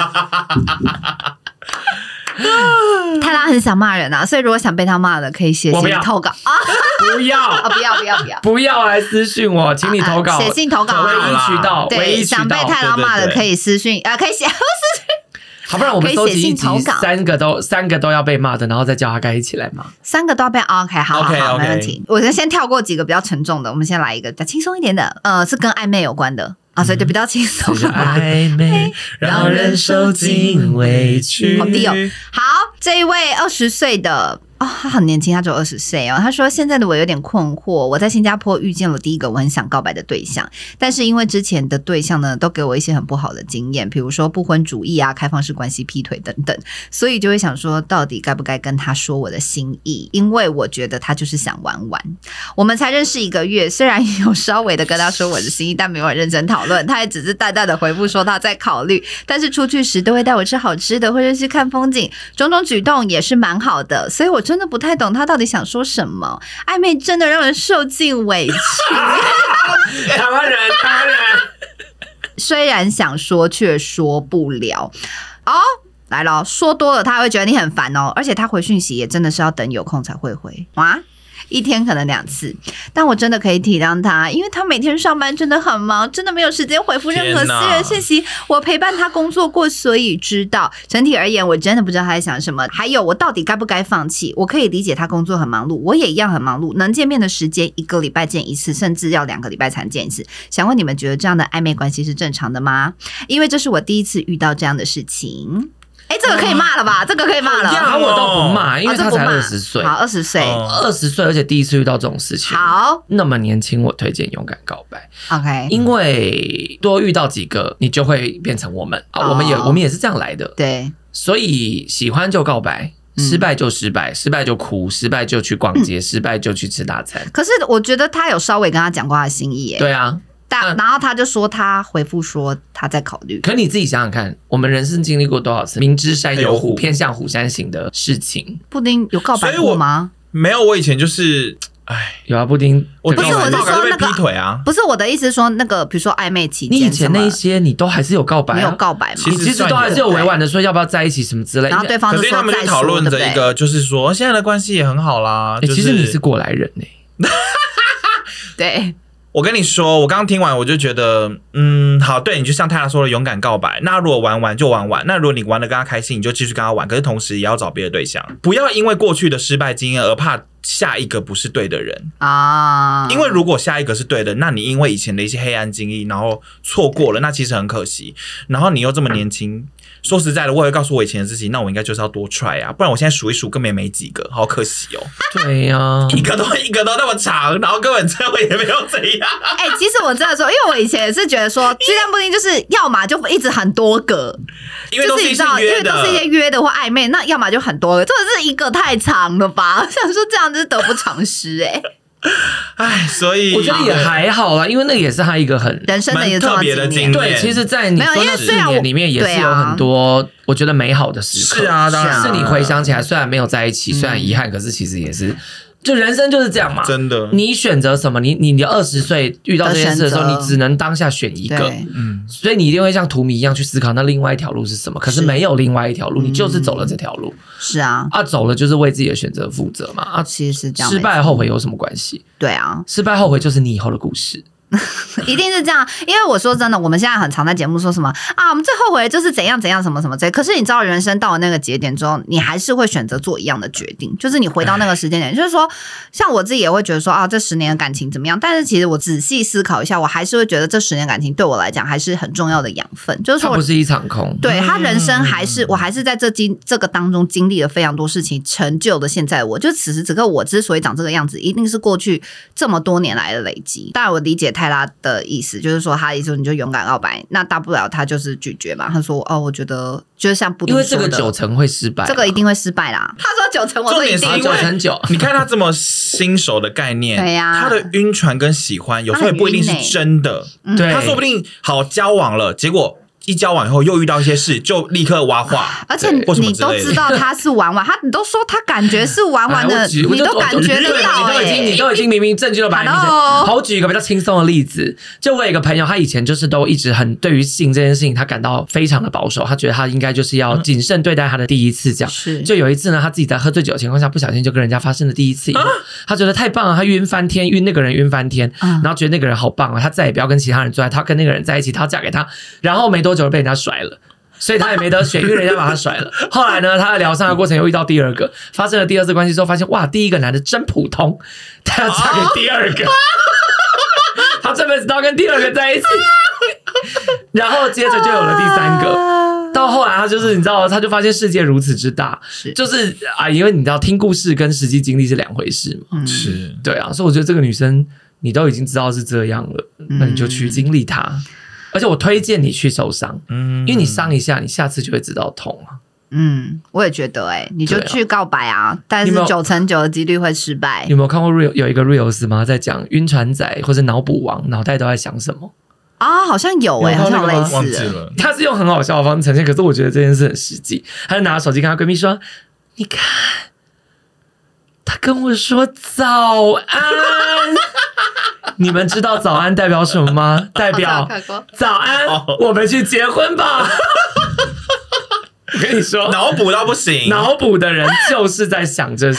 Speaker 1: 泰拉很想骂人啊，所以如果想被他骂的，可以写信投稿啊！
Speaker 2: 不要不要来私讯我，请你投稿，
Speaker 1: 写信投稿，
Speaker 2: 唯一渠道，
Speaker 1: 对，想被泰拉骂的可以私讯可以写。
Speaker 2: 好，不然我们收集一集三个都要被骂的，然后再叫阿该一起来骂。
Speaker 1: 3个都要被 OK， 好，没问题。我先跳过几个比较沉重的，我们先来一个比较轻松一点的，是跟暧昧有关的所以就比较轻松。
Speaker 2: 暧昧让人受尽委屈。
Speaker 1: 好低哦。好，这一位20岁的。他很年轻，他只有20岁他说现在的我有点困惑，我在新加坡遇见了第一个我很想告白的对象，但是因为之前的对象呢都给我一些很不好的经验，比如说不婚主义开放式关系、劈腿等等，所以就会想说到底该不该跟他说我的心意，因为我觉得他就是想玩玩。我们才认识1个月，虽然有稍微的跟他说我的心意，但没有认真讨论，他也只是淡淡的回复说他在考虑，但是出去时都会带我吃好吃的或者去看风景，种种举动也是蛮好的，所以我真的不太懂他到底想说什么，暧昧真的让人受尽委屈。
Speaker 2: 台湾人
Speaker 1: 虽然想说却说不了来了，说多了他会觉得你很烦而且他回讯息也真的是要等有空才会回1天可能2次，但我真的可以体谅他，因为他每天上班真的很忙，真的没有时间回复任何私人信息。我陪伴他工作过，所以知道。整体而言，我真的不知道他在想什么。还有，我到底该不该放弃？我可以理解他工作很忙碌，我也一样很忙碌，能见面的时间1个礼拜见1次，甚至要2个礼拜才见1次。想问你们，觉得这样的暧昧关系是正常的吗？因为这是我第一次遇到这样的事情。这个可以骂了吧？这个可以骂了。
Speaker 2: 我都不骂，因为他才20岁。
Speaker 1: 好，20岁
Speaker 2: ，20岁，而且第一次遇到这种事情。
Speaker 1: 好，
Speaker 2: 那么年轻，我推荐勇敢告白。
Speaker 1: OK，
Speaker 2: 因为多遇到几个，你就会变成我们我们也是这样来的。
Speaker 1: 对，
Speaker 2: 所以喜欢就告白。失败就失败，失败就哭，失败就去逛街，失败就去吃大餐。
Speaker 1: 可是我觉得他有稍微跟他讲过他的心意
Speaker 2: 对啊。
Speaker 1: 然后他就说他回复说他在考虑。
Speaker 2: 可你自己想想看，我们人生经历过多少次明知山有虎，偏向虎山行的事情？
Speaker 1: 布丁有告白过吗？
Speaker 3: 没有，我以前就是
Speaker 2: 有布丁。
Speaker 1: 不是我是说那个
Speaker 3: 劈腿
Speaker 1: 不是我的意思，说那个比如说暧昧期间，
Speaker 2: 你以前那一些你都还是有告白
Speaker 1: 没有告白吗？
Speaker 2: 你其实都还是有委婉的说要不要在一起什么之类的，
Speaker 1: 然后对方就说
Speaker 3: 可是他们就讨论着一个，就是说现在的关系也很好啦。
Speaker 2: 其实你是过来人
Speaker 1: 对。
Speaker 3: 我跟你说，我刚刚听完我就觉得，好，对，你就像泰拉说的，勇敢告白。那如果玩就玩，那如果你玩的跟他开心，你就继续跟他玩。可是同时也要找别的对象，不要因为过去的失败经验而怕下一个不是对的人因为如果下一个是对的，那你因为以前的一些黑暗经历，然后错过了，那其实很可惜。然后你又这么年轻， 说实在的，我也会告诉我以前的自己，那我应该就是要多 try 啊，不然我现在数一数根本没几个，好可惜哦。
Speaker 2: 对呀，
Speaker 3: 一个都那么长，然后根本最后也没有怎样。
Speaker 1: 其实我真的说，因为我以前也是觉得说，鸡蛋布丁就是要么就一直很多个，
Speaker 3: 因为都是一些约的，
Speaker 1: 因为都是一些约的或暧昧，那要么就很多个，这是一个太长了吧？我想说这样就是得不偿失
Speaker 3: 所以
Speaker 2: 我觉得也还好啦，因为那也是他一个很
Speaker 1: 人生的一个
Speaker 3: 特别的经验。
Speaker 2: 对，其实，在你说那4年里面，也是有很多我觉得美好的时刻。
Speaker 3: 是啊，当然
Speaker 2: 是你回想起来，虽然没有在一起，虽然遗憾，可是其实也是。就人生就是这样嘛，
Speaker 3: 真的。
Speaker 2: 你选择什么？你20岁遇到这件事的时候，你只能当下选一个，所以你一定会像荼蘼一样去思考，那另外一条路是什么？可是没有另外一条路，你就是走了这条路。
Speaker 1: 是啊，
Speaker 2: 走了就是为自己的选择负责嘛。
Speaker 1: 其实是这样，
Speaker 2: 失败后悔有什么关系？
Speaker 1: 对啊，
Speaker 2: 失败后悔就是你以后的故事。
Speaker 1: 一定是这样，因为我说真的，我们现在很常在节目说什么我们最后悔的就是怎样怎样什么什么之类。可是你知道，人生到了那个节点之后，你还是会选择做一样的决定，就是你回到那个时间点，就是说，像我自己也会觉得说这10年的感情怎么样？但是其实我仔细思考一下，我还是会觉得这10年感情对我来讲还是很重要的养分，就是说
Speaker 2: 它不是一场空，
Speaker 1: 对他人生我还是在这个当中经历了非常多事情，成就的现在我，就此时此刻我之所以长这个样子，一定是过去这么多年来的累积。当然，我理解泰拉的意思，就是说他的意思你就勇敢告白，那大不了他就是拒绝嘛。他说我觉得就是像布丁说的，
Speaker 2: 因为这个9成会失败，
Speaker 1: 这个一定会失败啦。他说9成，我说一定
Speaker 2: 9成9。
Speaker 3: 你看他这么新手的概念，
Speaker 1: 对呀，
Speaker 3: 他的晕船跟喜欢有时候也不一定是真的，
Speaker 2: 对，
Speaker 3: 他说不定好交往了，结果一交往以后又遇到一些事，就立刻挖话，
Speaker 1: 而且你都知道他是玩玩，你都说他感觉是玩玩的，你都感觉得到
Speaker 2: 你都已经明明证据都摆在面前。好，我举一个比较轻松的例子，就我有一个朋友，他以前就是都一直很对于性这件事情，他感到非常的保守，他觉得他应该就是要谨慎对待他的第一次，这样。就有一次呢，他自己在喝醉酒的情况下，不小心就跟人家发生了第一次以后，他觉得太棒了，他晕翻天，晕那个人晕翻天，然后觉得那个人好棒啊，他再也不要跟其他人做爱，他跟那个人在一起，他要嫁给他，然后没多久就被人家甩了。所以他也没得选，因为人家把他甩了。后来呢，他在疗伤的过程又遇到第二个，发生了第2次关系之后，发现哇，第一个男的真普通，他要嫁给第二个，他这辈子都要跟第2个在一起。然后接着就有了第3个，到后来他就是你知道，他就发现世界如此之大，就是因为你知道听故事跟实际经历是2回事嘛，
Speaker 3: 是
Speaker 2: 对啊，所以我觉得这个女生你都已经知道是这样了，那你就去经历它。而且我推荐你去受伤，因为你伤一下，你下次就会知道痛啊。
Speaker 1: 我也觉得你就去告白但是9成9的几率会失败。
Speaker 2: 你有没有看过有一个 reels 吗？在讲晕船仔或者脑补王脑袋都在想什么
Speaker 1: 好像有好像有类似
Speaker 3: 的。
Speaker 2: 他是用很好笑的方式呈现，可是我觉得这件事很实际。他就拿手机跟他闺蜜说：“你看，他跟我说早安。”你们知道早安代表什么吗？代表早安，我们去结婚吧。我跟你说，
Speaker 3: 脑补到不行，
Speaker 2: 脑补的人就是在想这些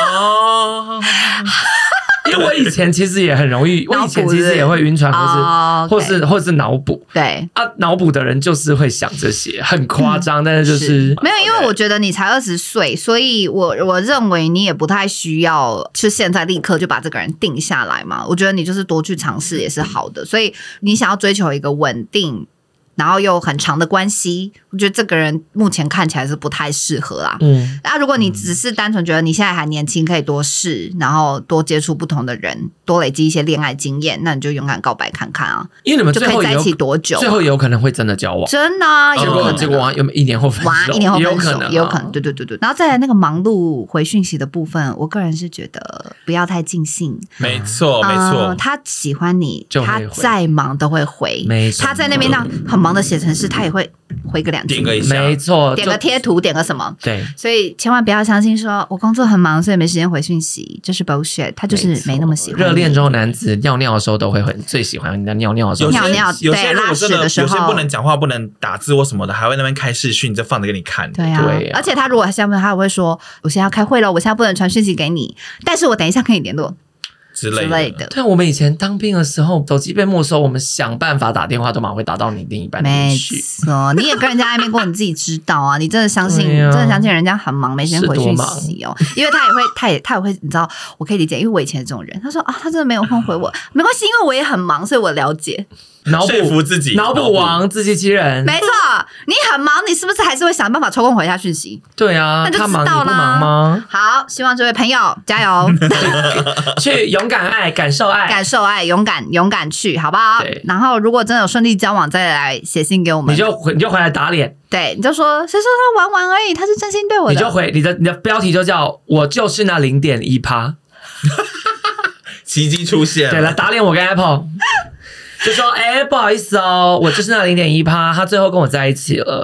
Speaker 2: 因为我以前其实也很容易，我以前其实也会晕船，或是脑补。
Speaker 1: 对
Speaker 2: 脑补的人就是会想这些，很夸张，但是就是
Speaker 1: 没有，因为我觉得你才20岁，所以我认为你也不太需要是现在立刻就把这个人定下来嘛。我觉得你就是多去尝试也是好的，所以你想要追求一个稳定然后又很长的关系，我觉得这个人目前看起来是不太适合啦。如果你只是单纯觉得你现在还年轻，可以多试，然后多接触不同的人，多累积一些恋爱经验，那你就勇敢告白看看啊。
Speaker 2: 因为你们最后
Speaker 1: 就可以在一起多久
Speaker 2: 最后有可能会真的交往，
Speaker 1: 真的
Speaker 2: 结果有1年后分手，
Speaker 1: 也有可能，
Speaker 2: 也有可能，
Speaker 1: 对。然后再来那个忙碌回讯息的部分，我个人是觉得不要太尽兴。
Speaker 3: 没错，
Speaker 1: 他喜欢你，
Speaker 2: 他
Speaker 1: 再忙都会回。他在那边很忙的写程式，他也会回个2句，
Speaker 3: 点个一下，
Speaker 2: 没错，
Speaker 1: 点个贴图，点个什么。
Speaker 2: 对，
Speaker 1: 所以千万不要相信说我工作很忙，所以没时间回讯息，这是 bullshit。他就是没那么喜欢你。
Speaker 2: 热恋中的男子尿尿的时候都会最喜欢人家尿尿的时候，
Speaker 3: 有些
Speaker 1: 拉屎的时候，
Speaker 3: 有些不能讲话、不能打字或什么的，还会那边开视讯，就放着给你看。
Speaker 1: 对啊，而且他如果下面他也会说，我现在要开会了，我现在不能传讯息给你，但是我等一下跟你联络。之类的。
Speaker 2: 对，我们以前当兵的时候，手机被没收，我们想办法打电话，都马上会打到你另一半那边去。
Speaker 1: 没错，你也跟人家暧昧过，你自己知道啊。你真的相信，真的相信人家很忙，没时间回讯息哦。因为他也会，你知道，我可以理解，因为我以前这种人，他说啊，他真的没有空回我，没关系，因为我也很忙，所以我了解。
Speaker 3: 说服自己，
Speaker 2: 脑补王自欺欺人。
Speaker 1: 没错，你很忙，你是不是还是会想办法抽空回一下讯息？
Speaker 2: 对啊，
Speaker 1: 那就知道
Speaker 2: 他忙你不忙吗？
Speaker 1: 好，希望这位朋友加油，
Speaker 2: 去勇敢爱，感受爱，
Speaker 1: 感受爱，勇敢去，好不好？然后如果真的有顺利交往，再来写信给我们，
Speaker 2: 你就回来打脸。
Speaker 1: 对，你就说谁说他玩玩而已，他是真心对我的。
Speaker 2: 你就回你的标题就叫我就是那 0.1%，
Speaker 3: 奇迹出现了。
Speaker 2: 对了，打脸我跟 Apple。就说不好意思哦，我就是那 0.1%， 他最后跟我在一起了。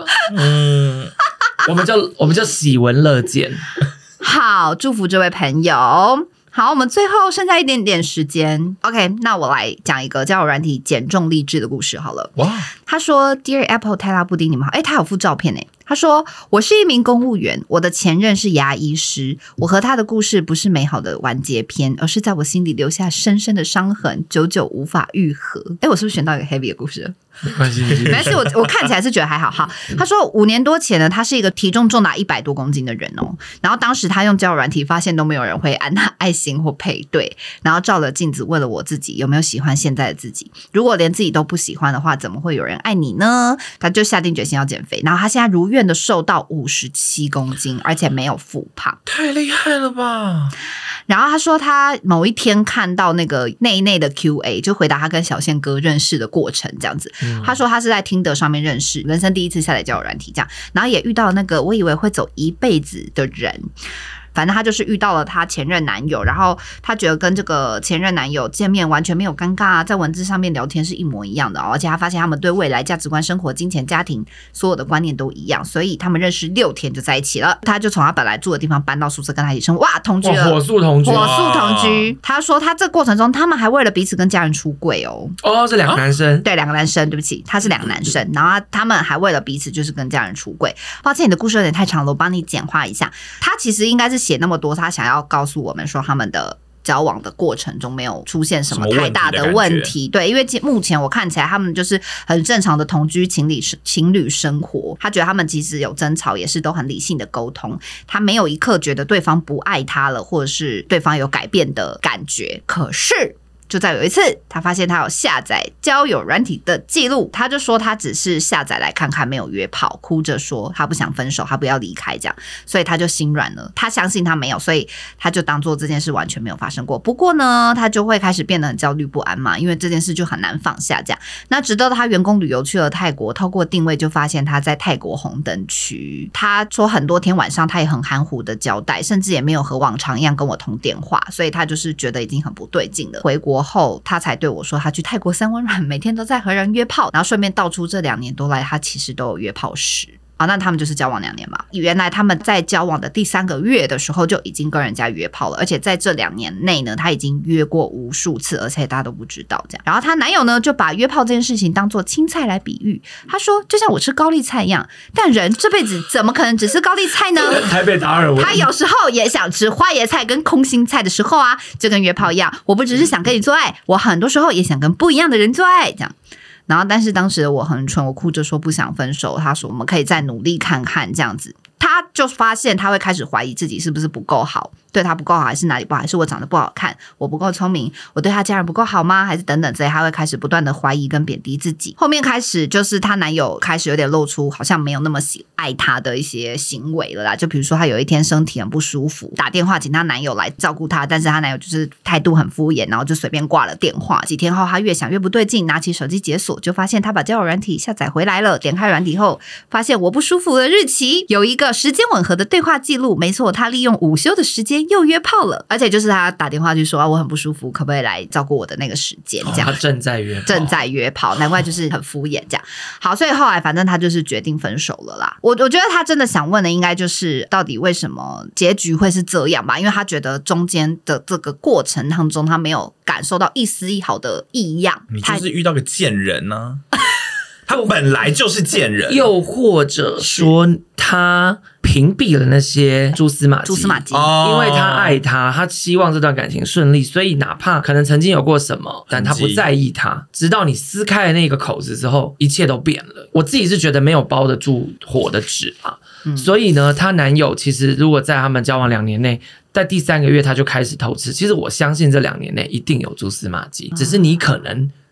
Speaker 2: 我们就喜闻乐见。
Speaker 1: 好，祝福这位朋友。好，我们最后剩下一点点时间 ，OK， 那我来讲一个交友软体减重励志的故事好了。哇，他说 Dear Apple 泰拉布丁，你们好。他有附照片耶。他说我是一名公务员，我的前任是牙医师，我和他的故事不是美好的完结篇，而是在我心里留下深深的伤痕，久久无法愈合。我是不是选到一个 heavy 的故事了？
Speaker 2: 没关系，
Speaker 1: 没关系，我看起来是觉得还好。好，他说5年多前呢，他是一个体重重达100多公斤的人哦。然后当时他用交友软体，发现都没有人会按他爱心或配对，然后照了镜子，问了我自己有没有喜欢现在的自己。如果连自己都不喜欢的话，怎么会有人爱你呢？他就下定决心要减肥，然后他现在如愿的瘦到57公斤，而且没有复胖，
Speaker 3: 太厉害了吧！
Speaker 1: 然后他说他某一天看到那个内的 QA， 就回答他跟小宪哥认识的过程这样子。他说他是在Tinder上面认识，人生第一次下载交友软体这样，然后也遇到那个我以为会走一辈子的人。反正他就是遇到了他前任男友，然后他觉得跟这个前任男友见面完全没有尴尬啊，在文字上面聊天是一模一样的而且他发现他们对未来价值观、生活、金钱、家庭所有的观念都一样，所以他们认识6天就在一起了。他就从他本来住的地方搬到宿舍跟他一起生活，哇，同居了，
Speaker 2: 火速同
Speaker 1: 居。他说他这过程中，他们还为了彼此跟家人出柜哦。
Speaker 2: 是2个男生，
Speaker 1: 对，2个男生，对不起，他是2个男生，然后他们还为了彼此就是跟家人出柜。抱歉，你的故事有点太长了，我帮你简化一下。他其实应该是写那么多，他想要告诉我们说他们的交往的过程中没有出现什么太大的问题，对，因为目前我看起来他们就是很正常的同居情侣生活。他觉得他们其实有争吵，也是都很理性的沟通，他没有一刻觉得对方不爱他了，或者是对方有改变的感觉。可是就在有一次，他发现他有下载交友软体的记录，他就说他只是下载来看看，没有约炮，哭着说他不想分手，他不要离开这样，所以他就心软了。他相信他没有，所以他就当做这件事完全没有发生过。不过呢，他就会开始变得很焦虑不安嘛，因为这件事就很难放下这样。那直到他员工旅游去了泰国，透过定位就发现他在泰国红灯区。他说很多天晚上他也很含糊的交代，甚至也没有和往常一样跟我通电话，所以他就是觉得已经很不对劲了。回国后他才对我说他去泰国3温暖，每天都在和人约炮，然后顺便道出这2年多来他其实都有约炮史。那他们就是交往2年嘛。原来他们在交往的第3个月的时候就已经跟人家约炮了，而且在这2年内呢，他已经约过无数次，而且大家都不知道这样。然后她男友呢就把约炮这件事情当作青菜来比喻，他说就像我吃高丽菜一样，但人这辈子怎么可能只吃高丽菜呢？
Speaker 2: 台北达尔文，
Speaker 1: 他有时候也想吃花椰菜跟空心菜的时候啊，就跟约炮一样，我不只是想跟你做爱，我很多时候也想跟不一样的人做爱这样。然后但是当时我很蠢，我哭着说不想分手，他说我们可以再努力看看这样子。他就发现他会开始怀疑自己是不是不够好，对他不够好，还是哪里不好，还是我长得不好看，我不够聪明，我对他家人不够好吗，还是等等之类，他会开始不断的怀疑跟贬低自己。后面开始就是她男友开始有点露出好像没有那么爱她的一些行为了啦，就比如说她有一天身体很不舒服，打电话请她男友来照顾她，但是她男友就是态度很敷衍，然后就随便挂了电话。几天后她越想越不对劲，拿起手机解锁，就发现她把交友软体下载回来了，点开软体后发现我不舒服的日期有一个时间吻合的对话记录，没错，她利用午休的时间又约炮了，而且就是她打电话去说我很不舒服，可不可以来照顾我的那个时间这样。
Speaker 2: 她正在约炮，难怪就是很敷衍这样。好，所以后来反正她就是决定分手了啦。我觉得她真的想问的应该就是到底为什么结局会是这样吧，因为她觉得中间的这个过程当中她没有感受到一丝一毫的异样。
Speaker 3: 你就是遇到个贱人呢他本来就是贱人，
Speaker 2: 又或者说他屏蔽了那些蛛丝马迹，因为他爱他，他希望这段感情顺利，所以哪怕可能曾经有过什么，但他不在意他，直到你撕开了那个口子之后，一切都变了。我自己是觉得没有包得住火的纸啊，所以呢，她男友其实如果在他们交往2年内，在第3个月他就开始偷吃，其实我相信这2年内一定有蛛丝马迹，只是你可能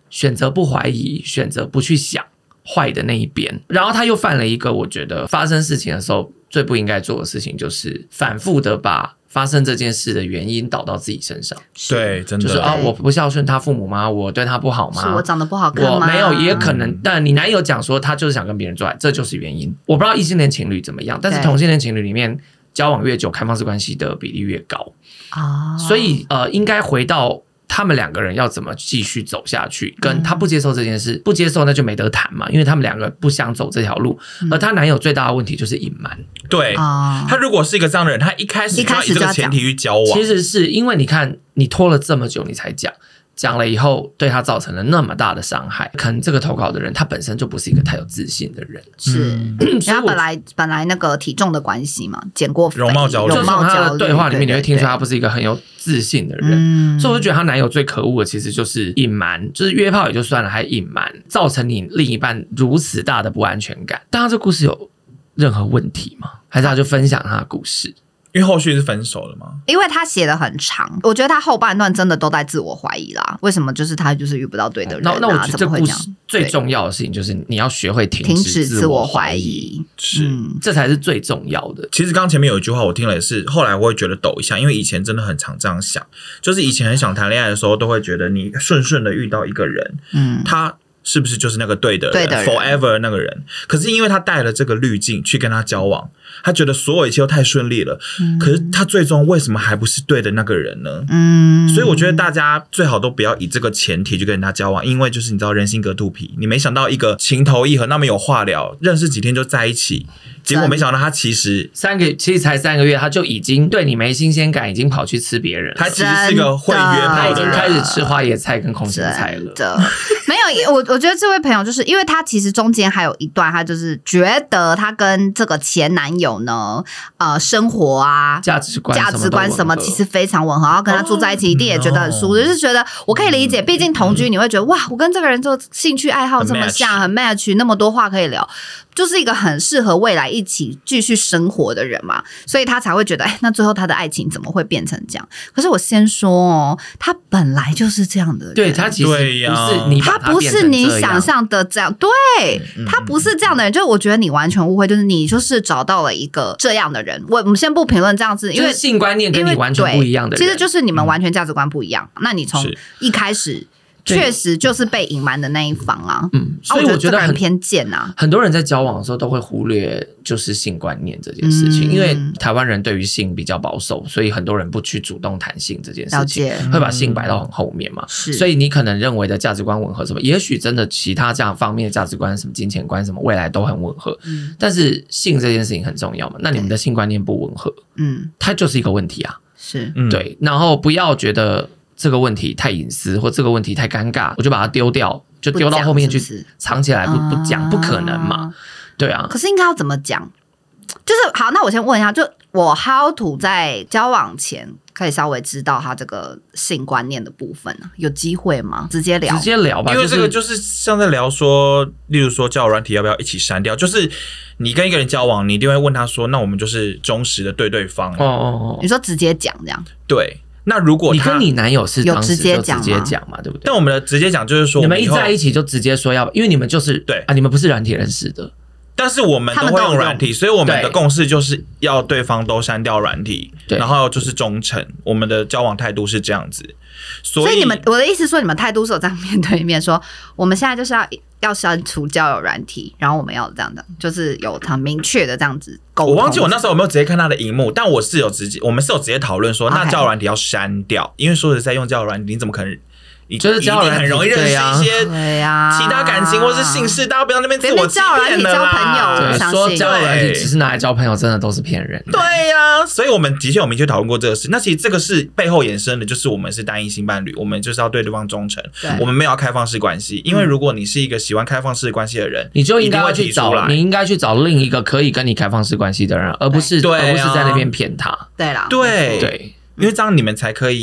Speaker 2: 选择不怀疑，选择不去想坏的那一边，然后他又犯了一个我觉得发生事情的时候最不应该做的事情，就是反复的把发生这件事的原因导到自己身上。
Speaker 3: 对，真的
Speaker 2: 就是我不孝顺他父母吗？我对他不好吗？
Speaker 1: 是我长得不好看吗？
Speaker 2: 我没有，也可能。但你男友讲说他就是想跟别人做爱，这就是原因。我不知道异性恋情侣怎么样，但是同性恋情侣里面交往越久，开放式关系的比例越高。所以应该回到他们两个人要怎么继续走下去，跟他不接受这件事，不接受那就没得谈嘛，因为他们两个不想走这条路。而她男友最大的问题就是隐瞒。
Speaker 3: 对，他如果是一个这样的人，他一开始就要以这个前提去交往。
Speaker 2: 其实是因为你看，你拖了这么久，你才讲了以后，对他造成了那么大的伤害。可能这个投稿的人，他本身就不是一个太有自信的人，
Speaker 1: 是，他本来那个体重的关系嘛，减过肥，
Speaker 3: 容貌焦虑，
Speaker 2: 就从他的对话里面，你会听出他不是一个很有自信的人。所以我就觉得她男友最可恶的其实就是隐瞒，就是约炮也就算了，还隐瞒，造成你另一半如此大的不安全感。但他这故事有任何问题吗？还是他就分享他的故事？
Speaker 3: 因为后续是分手了吗？
Speaker 1: 因为他写的很长，我觉得他后半段真的都在自我怀疑啦。为什么就是他就是遇不到对的人
Speaker 2: 那我觉得这故事最重要的事情就是你要学会停止自我怀疑，
Speaker 3: 是，
Speaker 2: 这才是最重要的。
Speaker 3: 其实刚前面有一句话我听了也是，后来我会觉得抖一下，因为以前真的很常这样想，就是以前很想谈恋爱的时候，都会觉得你顺顺的遇到一个人，他是不是就是那个对的人 forever 那个人？可是因为他带了这个滤镜去跟他交往，他觉得所有一切都太顺利了，可是他最终为什么还不是对的那个人呢？所以我觉得大家最好都不要以这个前提去跟人家交往，因为就是你知道人心隔肚皮，你没想到一个情投意合，那么有话聊，认识几天就在一起，结果没想到他其实
Speaker 2: 其实才3个月，他就已经对你没新鲜感，已经跑去吃别人了。
Speaker 3: 他其实是个会约炮的人，他
Speaker 2: 已经开始吃花椰菜跟空心菜了。
Speaker 1: 没有，我觉得这位朋友就是因为他其实中间还有一段，他就是觉得他跟这个前男友呢，生活啊、价值观什么，其实非常吻合。然后跟他住在一起，一定也觉得很舒服，就是觉得我可以理解，毕竟同居你会觉得哇，我跟这个人做兴趣爱好这么像，很 match， 那么多话可以聊。就是一个很适合未来一起继续生活的人嘛，所以他才会觉得，那最后他的爱情怎么会变成这样？可是我先说哦，他本来就是这样的人，
Speaker 2: 对他其实不是你，
Speaker 1: 他不是你想象的这样，对，他不是这样的人，就我觉得你完全误会，就是你就是找到了一个这样的人。我们先不评论这样子，因为
Speaker 2: 性观念跟你完全不一样的人，
Speaker 1: 其实就是你们完全价值观不一样。那你从一开始。确实就是被隐瞒的那一方啊，
Speaker 2: 所以我觉得
Speaker 1: 很偏见啊。
Speaker 2: 很多人在交往的时候都会忽略就是性观念这件事情，因为台湾人对于性比较保守，所以很多人不去主动谈性这件事情，会把性摆到很后面嘛。所以你可能认为的价值观吻合什么，也许真的其他这样方面的价值观，什么金钱观什么，未来都很吻合。但是性这件事情很重要嘛，那你们的性观念不吻合，它就是一个问题啊。
Speaker 1: 是，
Speaker 2: 对，然后不要觉得这个问题太隐私或这个问题太尴尬，我就把它丢掉，就丢到后面去藏起来，不讲，不可能嘛。对啊，
Speaker 1: 可是应该要怎么讲？就是好，那我先问一下，就我 how to 在交往前可以稍微知道他这个性观念的部分呢？有机会吗？直接聊
Speaker 2: 吧，
Speaker 3: 因为这个就是像在聊说，例如说交友软体要不要一起删掉，就是你跟一个人交往，你一定会问他说，那我们就是忠实的对对方。
Speaker 1: 你说直接讲这样？
Speaker 3: 对。那如果
Speaker 2: 你跟你男友是当时就直接讲嘛，对不对？
Speaker 3: 但我们的直接讲就是说，
Speaker 2: 你们一在一起就直接说要，因为你们就是
Speaker 3: 对
Speaker 2: 啊，你们不是软体认识的，
Speaker 3: 但是我们都会用软体，所以我们的共识就是要对方都删掉软体，然后就是忠诚。我们的交往态度是这样子，所以
Speaker 1: 我的意思说，你们态度是有这样面对面说，我们现在就是要删除交友软体，然后我们要这样的，就是有很明确的这样子沟通。
Speaker 3: 我忘记我那时候有没有直接看他的荧幕，但我们是有直接讨论说，那交友软体要删掉，因为说实在用交友软体，你怎么可能？
Speaker 2: 就是交友
Speaker 3: 很容易认识一些其他感情或是姓氏，大家不要那边自我欺骗了啦。
Speaker 2: 对，说交友软体只是拿来交朋友，真的都是骗人的。
Speaker 3: 对呀，所以我们的确有明确讨论过这个事。那其实这个是背后衍生的，就是我们是单一性伴侣，我们就是要对对方忠诚，我们没有要开放式关系。因为如果你是一个喜欢开放式关系的人，
Speaker 2: 你就应该去找，你应该去找另一个可以跟你开放式关系的人，而不是在那边骗他。
Speaker 1: 对啦，
Speaker 3: 对，因为这样你们才可以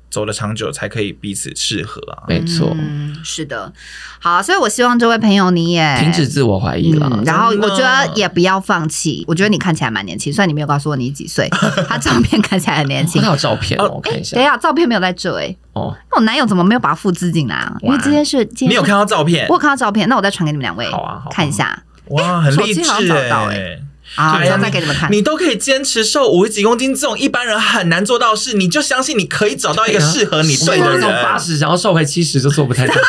Speaker 3: 走得长久，才可以彼此适合啊。
Speaker 2: 没错，
Speaker 1: 是的。好，所以我希望这位朋友你也
Speaker 2: 停止自我怀疑了。
Speaker 1: 然后我觉得也不要放弃。我觉得你看起来蛮年轻，虽然你没有告诉我你几岁，他照片看起来很年轻。
Speaker 2: 他有照片，我看一下。
Speaker 1: 等一下，照片没有在这哦。那我男友怎么没有把它复制进来啊？因为这件事，
Speaker 3: 你有看到照片？
Speaker 1: 我有看到照片，那我再传给你们2位，
Speaker 2: 好啊，
Speaker 1: 看一下。
Speaker 3: 哇，很励志
Speaker 1: 好，我再给你们看。
Speaker 3: 你都可以坚持瘦50几公斤这种一般人很难做到的事，你就相信你可以找到一个适合你对的人。
Speaker 2: 80想要瘦回70就做不太到。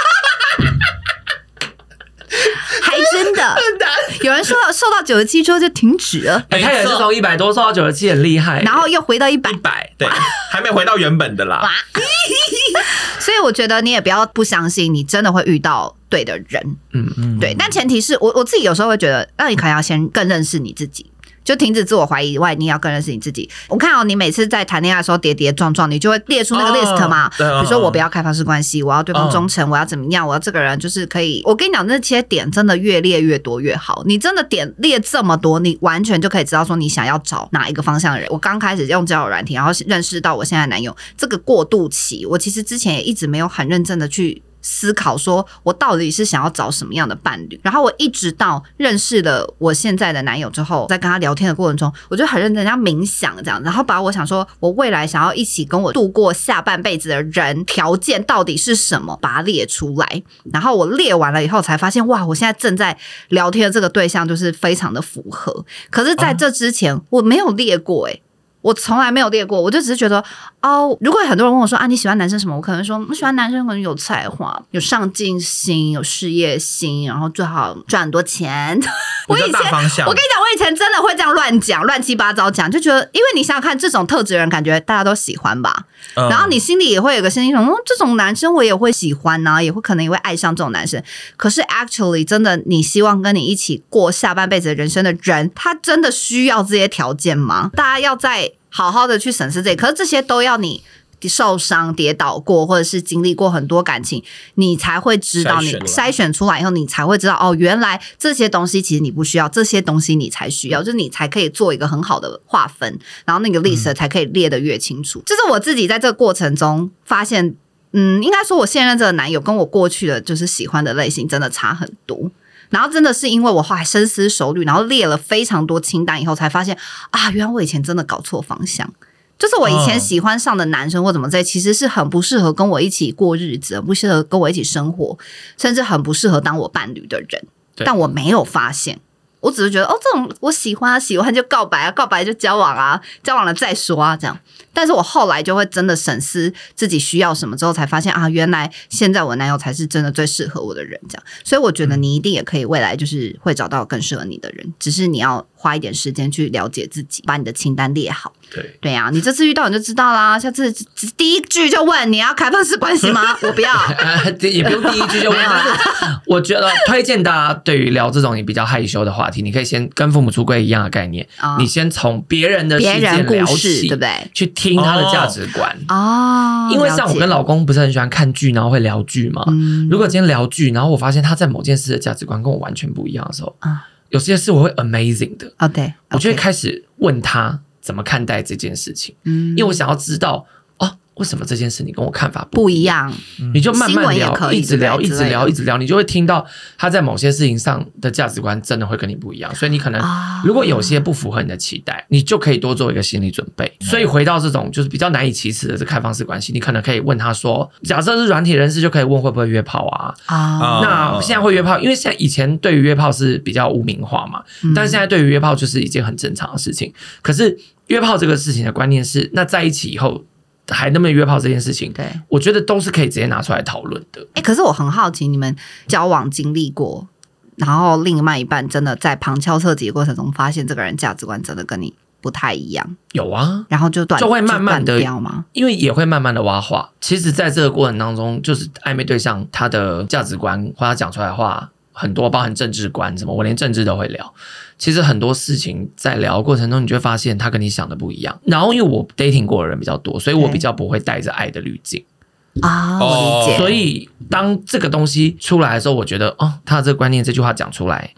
Speaker 1: 还真的，有人说瘦到97之后就停止了。
Speaker 2: 他也是从100多瘦到97，很厉害。
Speaker 1: 然后又回到100，
Speaker 3: 对，还没回到原本的啦。
Speaker 1: 所以我觉得你也不要不相信，你真的会遇到对的人。对。但前提是我自己有时候会觉得，那你可能要先更认识你自己。就停止自我怀疑以外，你也要更认识你自己。我看你每次在谈恋爱的时候跌跌撞撞，你就会列出那个 list 嘛。比如说我不要开放式关系，我要对方忠诚，我要怎么样，我要这个人就是可以。我跟你讲，那些点真的越列越多越好。你真的点列这么多，你完全就可以知道说你想要找哪一个方向的人。我刚开始用交友软体，然后认识到我现在男友，这个过渡期，我其实之前也一直没有很认真的去思考说我到底是想要找什么样的伴侣，然后我一直到认识了我现在的男友之后，在跟他聊天的过程中，我就很认真要冥想这样，然后把我想说我未来想要一起跟我度过下半辈子的人条件到底是什么，把它列出来。然后我列完了以后才发现，哇，我现在正在聊天的这个对象就是非常的符合。可是在这之前我没有列过我从来没有列过，我就只是觉得如果很多人问我说你喜欢男生什么，我可能说我喜欢男生可能有才华、有上进心、有事业心，然后最好赚很多钱。我以前我跟你讲，我以前真的会这样乱讲、乱七八糟讲，就觉得因为你想想看，这种特质的人感觉大家都喜欢吧，然后你心里也会有个声音说这种男生我也会喜欢啊，也会可能也会爱上这种男生。可是 actually 真的，你希望跟你一起过下半辈子的人生的人，他真的需要这些条件吗？大家要在好好的去审视这些，可是这些都要你受伤、跌倒过，或者是经历过很多感情，你才会知道，你筛选出来以后，你才会知道原来这些东西其实你不需要，这些东西你才需要，就是你才可以做一个很好的划分，然后那个 list 才可以列得越清楚。这是我自己在这个过程中发现，应该说我现任这个男友跟我过去的就是喜欢的类型真的差很多。然后真的是因为我后来深思熟虑，然后列了非常多清单以后，才发现原来我以前真的搞错方向。就是我以前喜欢上的男生或怎么这其实是很不适合跟我一起过日子，很不适合跟我一起生活，甚至很不适合当我伴侣的人。但我没有发现，我只是觉得这种我喜欢喜欢就告白告白就交往交往了再说这样。但是我后来就会真的审视自己需要什么之后，才发现原来现在我男友才是真的最适合我的人这样。所以我觉得你一定也可以未来就是会找到更适合你的人，只是你要花一点时间去了解自己，把你的清单列好。对啊，你这次遇到你就知道啦，下次第一句就问你要开放式关系吗？我不要。
Speaker 2: 也不用第一句就问我觉得推荐大家对于聊这种你比较害羞的话题，你可以先跟父母出柜一样的概念，你先从别人的事件聊起，对不对？去听他的价值观因为像我跟老公不是很喜欢看剧，然后会聊剧嘛。如果今天聊剧，然后我发现他在某件事的价值观跟我完全不一样的时候，有些事我会 amazing 的
Speaker 1: 对，
Speaker 2: 我就会开始问他怎么看待这件事情，因为我想要知道为什么这件事你跟我看法不一样，你就慢慢聊，一直聊，一直聊，一直聊，你就会听到他在某些事情上的价值观真的会跟你不一样，所以你可能如果有些不符合你的期待，你就可以多做一个心理准备。所以回到这种就是比较难以启齿的这开放式关系，你可能可以问他说，假设是软体人士就可以问会不会约炮那现在会约炮，因为现在以前对于约炮是比较污名化嘛，但是现在对于约炮就是一件很正常的事情。可是约炮这个事情的观念是，那在一起以后还能不能约炮这件事情，对，我觉得都是可以直接拿出来讨论的。
Speaker 1: 可是我很好奇，你们交往经历过，然后另外一半真的在旁敲侧击的过程中，发现这个人价值观真的跟你不太一样，
Speaker 2: 有啊，
Speaker 1: 然后就
Speaker 2: 会慢慢的
Speaker 1: 掉吗？
Speaker 2: 因为也会慢慢的挖化。其实在这个过程当中，就是暧昧对象他的价值观或他讲出来的话很多，包含政治观什么，我连政治都会聊。其实很多事情在聊的过程中，你就会发现他跟你想的不一样。然后因为我 dating 过的人比较多，所以我比较不会带着爱的滤镜
Speaker 1: 我理解。
Speaker 2: 所以当这个东西出来的时候，我觉得他的这个观念这句话讲出来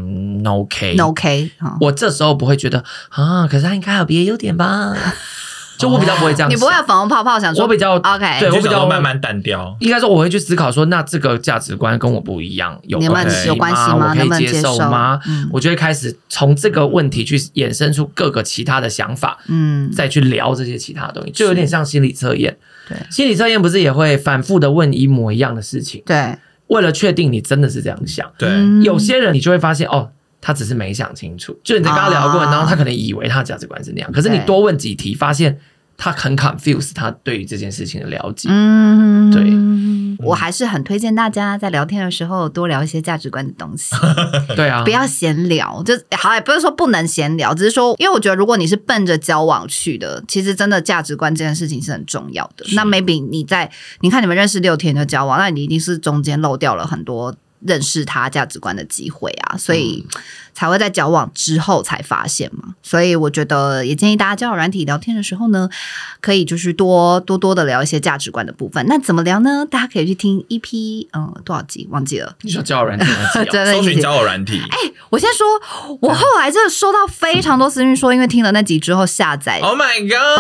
Speaker 2: ，no OK，
Speaker 1: no OK，
Speaker 2: 我这时候不会觉得可是他应该有别的优点吧。 就我比较不会这样想，
Speaker 1: 你不会有粉红泡泡想说，
Speaker 2: 我比较
Speaker 1: OK，
Speaker 2: 对我比较
Speaker 3: 慢慢淡掉。
Speaker 2: 应该说我会去思考说，那这个价值观跟我不一样，有关系吗？我可以接受吗？我就会开始从这个问题去衍生出各个其他的想法，再去聊这些其他的东西，就有点像心理测验。
Speaker 1: 对，
Speaker 2: 心理测验不是也会反复的问一模一样的事情？
Speaker 1: 对，
Speaker 2: 为了确定你真的是这样想。
Speaker 3: 对，
Speaker 2: 有些人你就会发现哦。他只是没想清楚，就你在跟他聊过，然后他可能以为他的价值观是那样，可是你多问几题，发现他很 confused， 他对于这件事情的了解。对，
Speaker 1: 我还是很推荐大家在聊天的时候多聊一些价值观的东西。
Speaker 2: 对啊，
Speaker 1: 不要闲聊，就好，也不是说不能闲聊，只是说，因为我觉得如果你是奔着交往去的，其实真的价值观这件事情是很重要的。那 maybe 你看你们认识6天就交往，那你一定是中间漏掉了很多认识他价值观的机会啊，所以才会在交往之后才发现嘛。所以我觉得也建议大家交友软体聊天的时候呢，可以就是多的聊一些价值观的部分。那怎么聊呢？大家可以去听 EP 多少集忘记了？
Speaker 2: 你说交友软体
Speaker 3: 搜寻交友软体。
Speaker 1: 我先说，我后来真的收到非常多私讯说，因为听了那集之后下载
Speaker 3: Oh my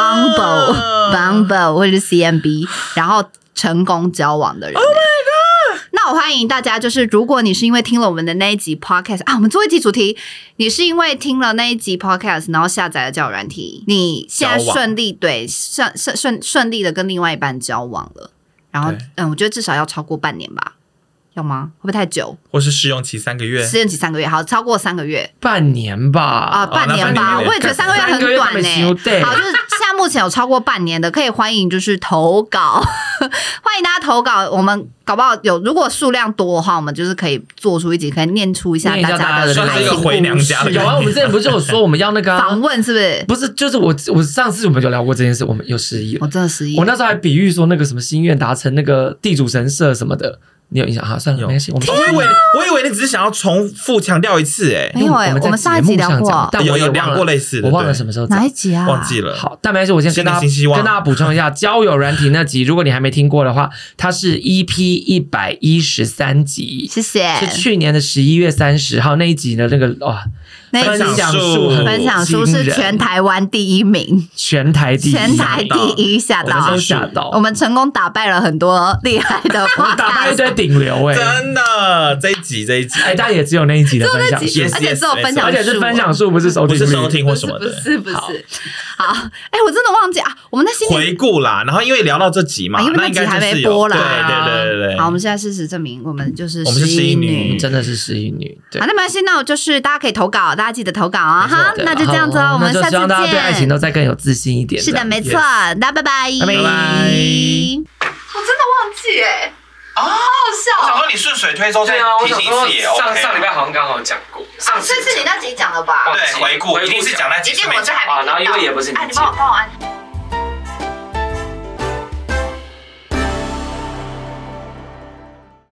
Speaker 3: God
Speaker 1: Bumble 或者是 CMB， 然后成功交往的人。Oh my God！ 那我欢迎大家，就是如果你是因为听了我们的那一集 podcast 啊，我们做一集主题，你是因为听了那一集 podcast， 然后下载了交友软体，你现在顺利的跟另外一半交往了，然后我觉得至少要超过半年吧。要吗？会不会太久？
Speaker 3: 或是试用期3个月？
Speaker 1: 试用期3个月，好，超过3个月，
Speaker 2: 半年吧？
Speaker 1: 半年吧，我也觉得3个月很短呢。好，就是现在目前有超过半年的，可以欢迎就是投稿，欢迎大家投稿。我们搞不好有，如果数量多的话，我们就是可以做出一集，可以念出一下大家的
Speaker 3: 爱情回娘家的。
Speaker 2: 有啊，我们之前不是有说我们要那个
Speaker 1: 访问，是不是？
Speaker 2: 不是，就是我上次我们就聊过这件事，我们又失忆了。
Speaker 1: 我真的失忆。
Speaker 2: 我那时候还比喻说那个什么心愿达成，那个地主神社什么的。你有印象？好，算了，没关系。
Speaker 3: 我以为你只是想要重复强调一次，
Speaker 1: 没有我们上一集聊过，
Speaker 3: 但我有聊过类似的，
Speaker 2: 我忘了什么时候
Speaker 1: 哪一集啊？
Speaker 3: 忘记了。
Speaker 2: 好，但没关系，我先跟大家补充一下，交友软体那集，如果你还没听过的话，它是 EP 113集，
Speaker 1: 谢谢，
Speaker 2: 是去年的11月30号那一集的那个哇。分享数
Speaker 1: 是全台湾第1名，
Speaker 2: 全台第
Speaker 1: 1，吓到，我们成功打败了很多厉害的，
Speaker 2: 打败一堆顶流
Speaker 3: 真的这一集，
Speaker 2: 但也只有那一集的分享数，
Speaker 1: 而且只有分享数，
Speaker 2: 而且是分享数，不是收
Speaker 3: 听或什么的，
Speaker 1: 不是。好，我真的忘记啊，我们在心里
Speaker 3: 回顾啦，然后因为聊到这集嘛，
Speaker 1: 因为那集还没播啦，
Speaker 3: 对。
Speaker 1: 好，我们现在事实证明，我们就是
Speaker 3: 失忆女，
Speaker 2: 真的是失忆女。对，
Speaker 1: 好，那没关系，那我就是大家可以投稿，大家记得投稿啊，哈，那就这样子哦，我们下次见。
Speaker 2: 希望大家对爱情都再更有自信一点。
Speaker 1: 是的，没错，大家拜拜。
Speaker 2: 拜拜。
Speaker 1: 我真的忘记好好笑。
Speaker 3: 我想说你顺水推舟再提醒一次也 OK。
Speaker 2: 上礼拜好像刚好讲过，
Speaker 1: 这是你那集讲的吧？
Speaker 3: 对，回顾一定是讲那集。
Speaker 1: 一定我这还没。
Speaker 2: 然后因为也不是你，
Speaker 1: 你帮我按。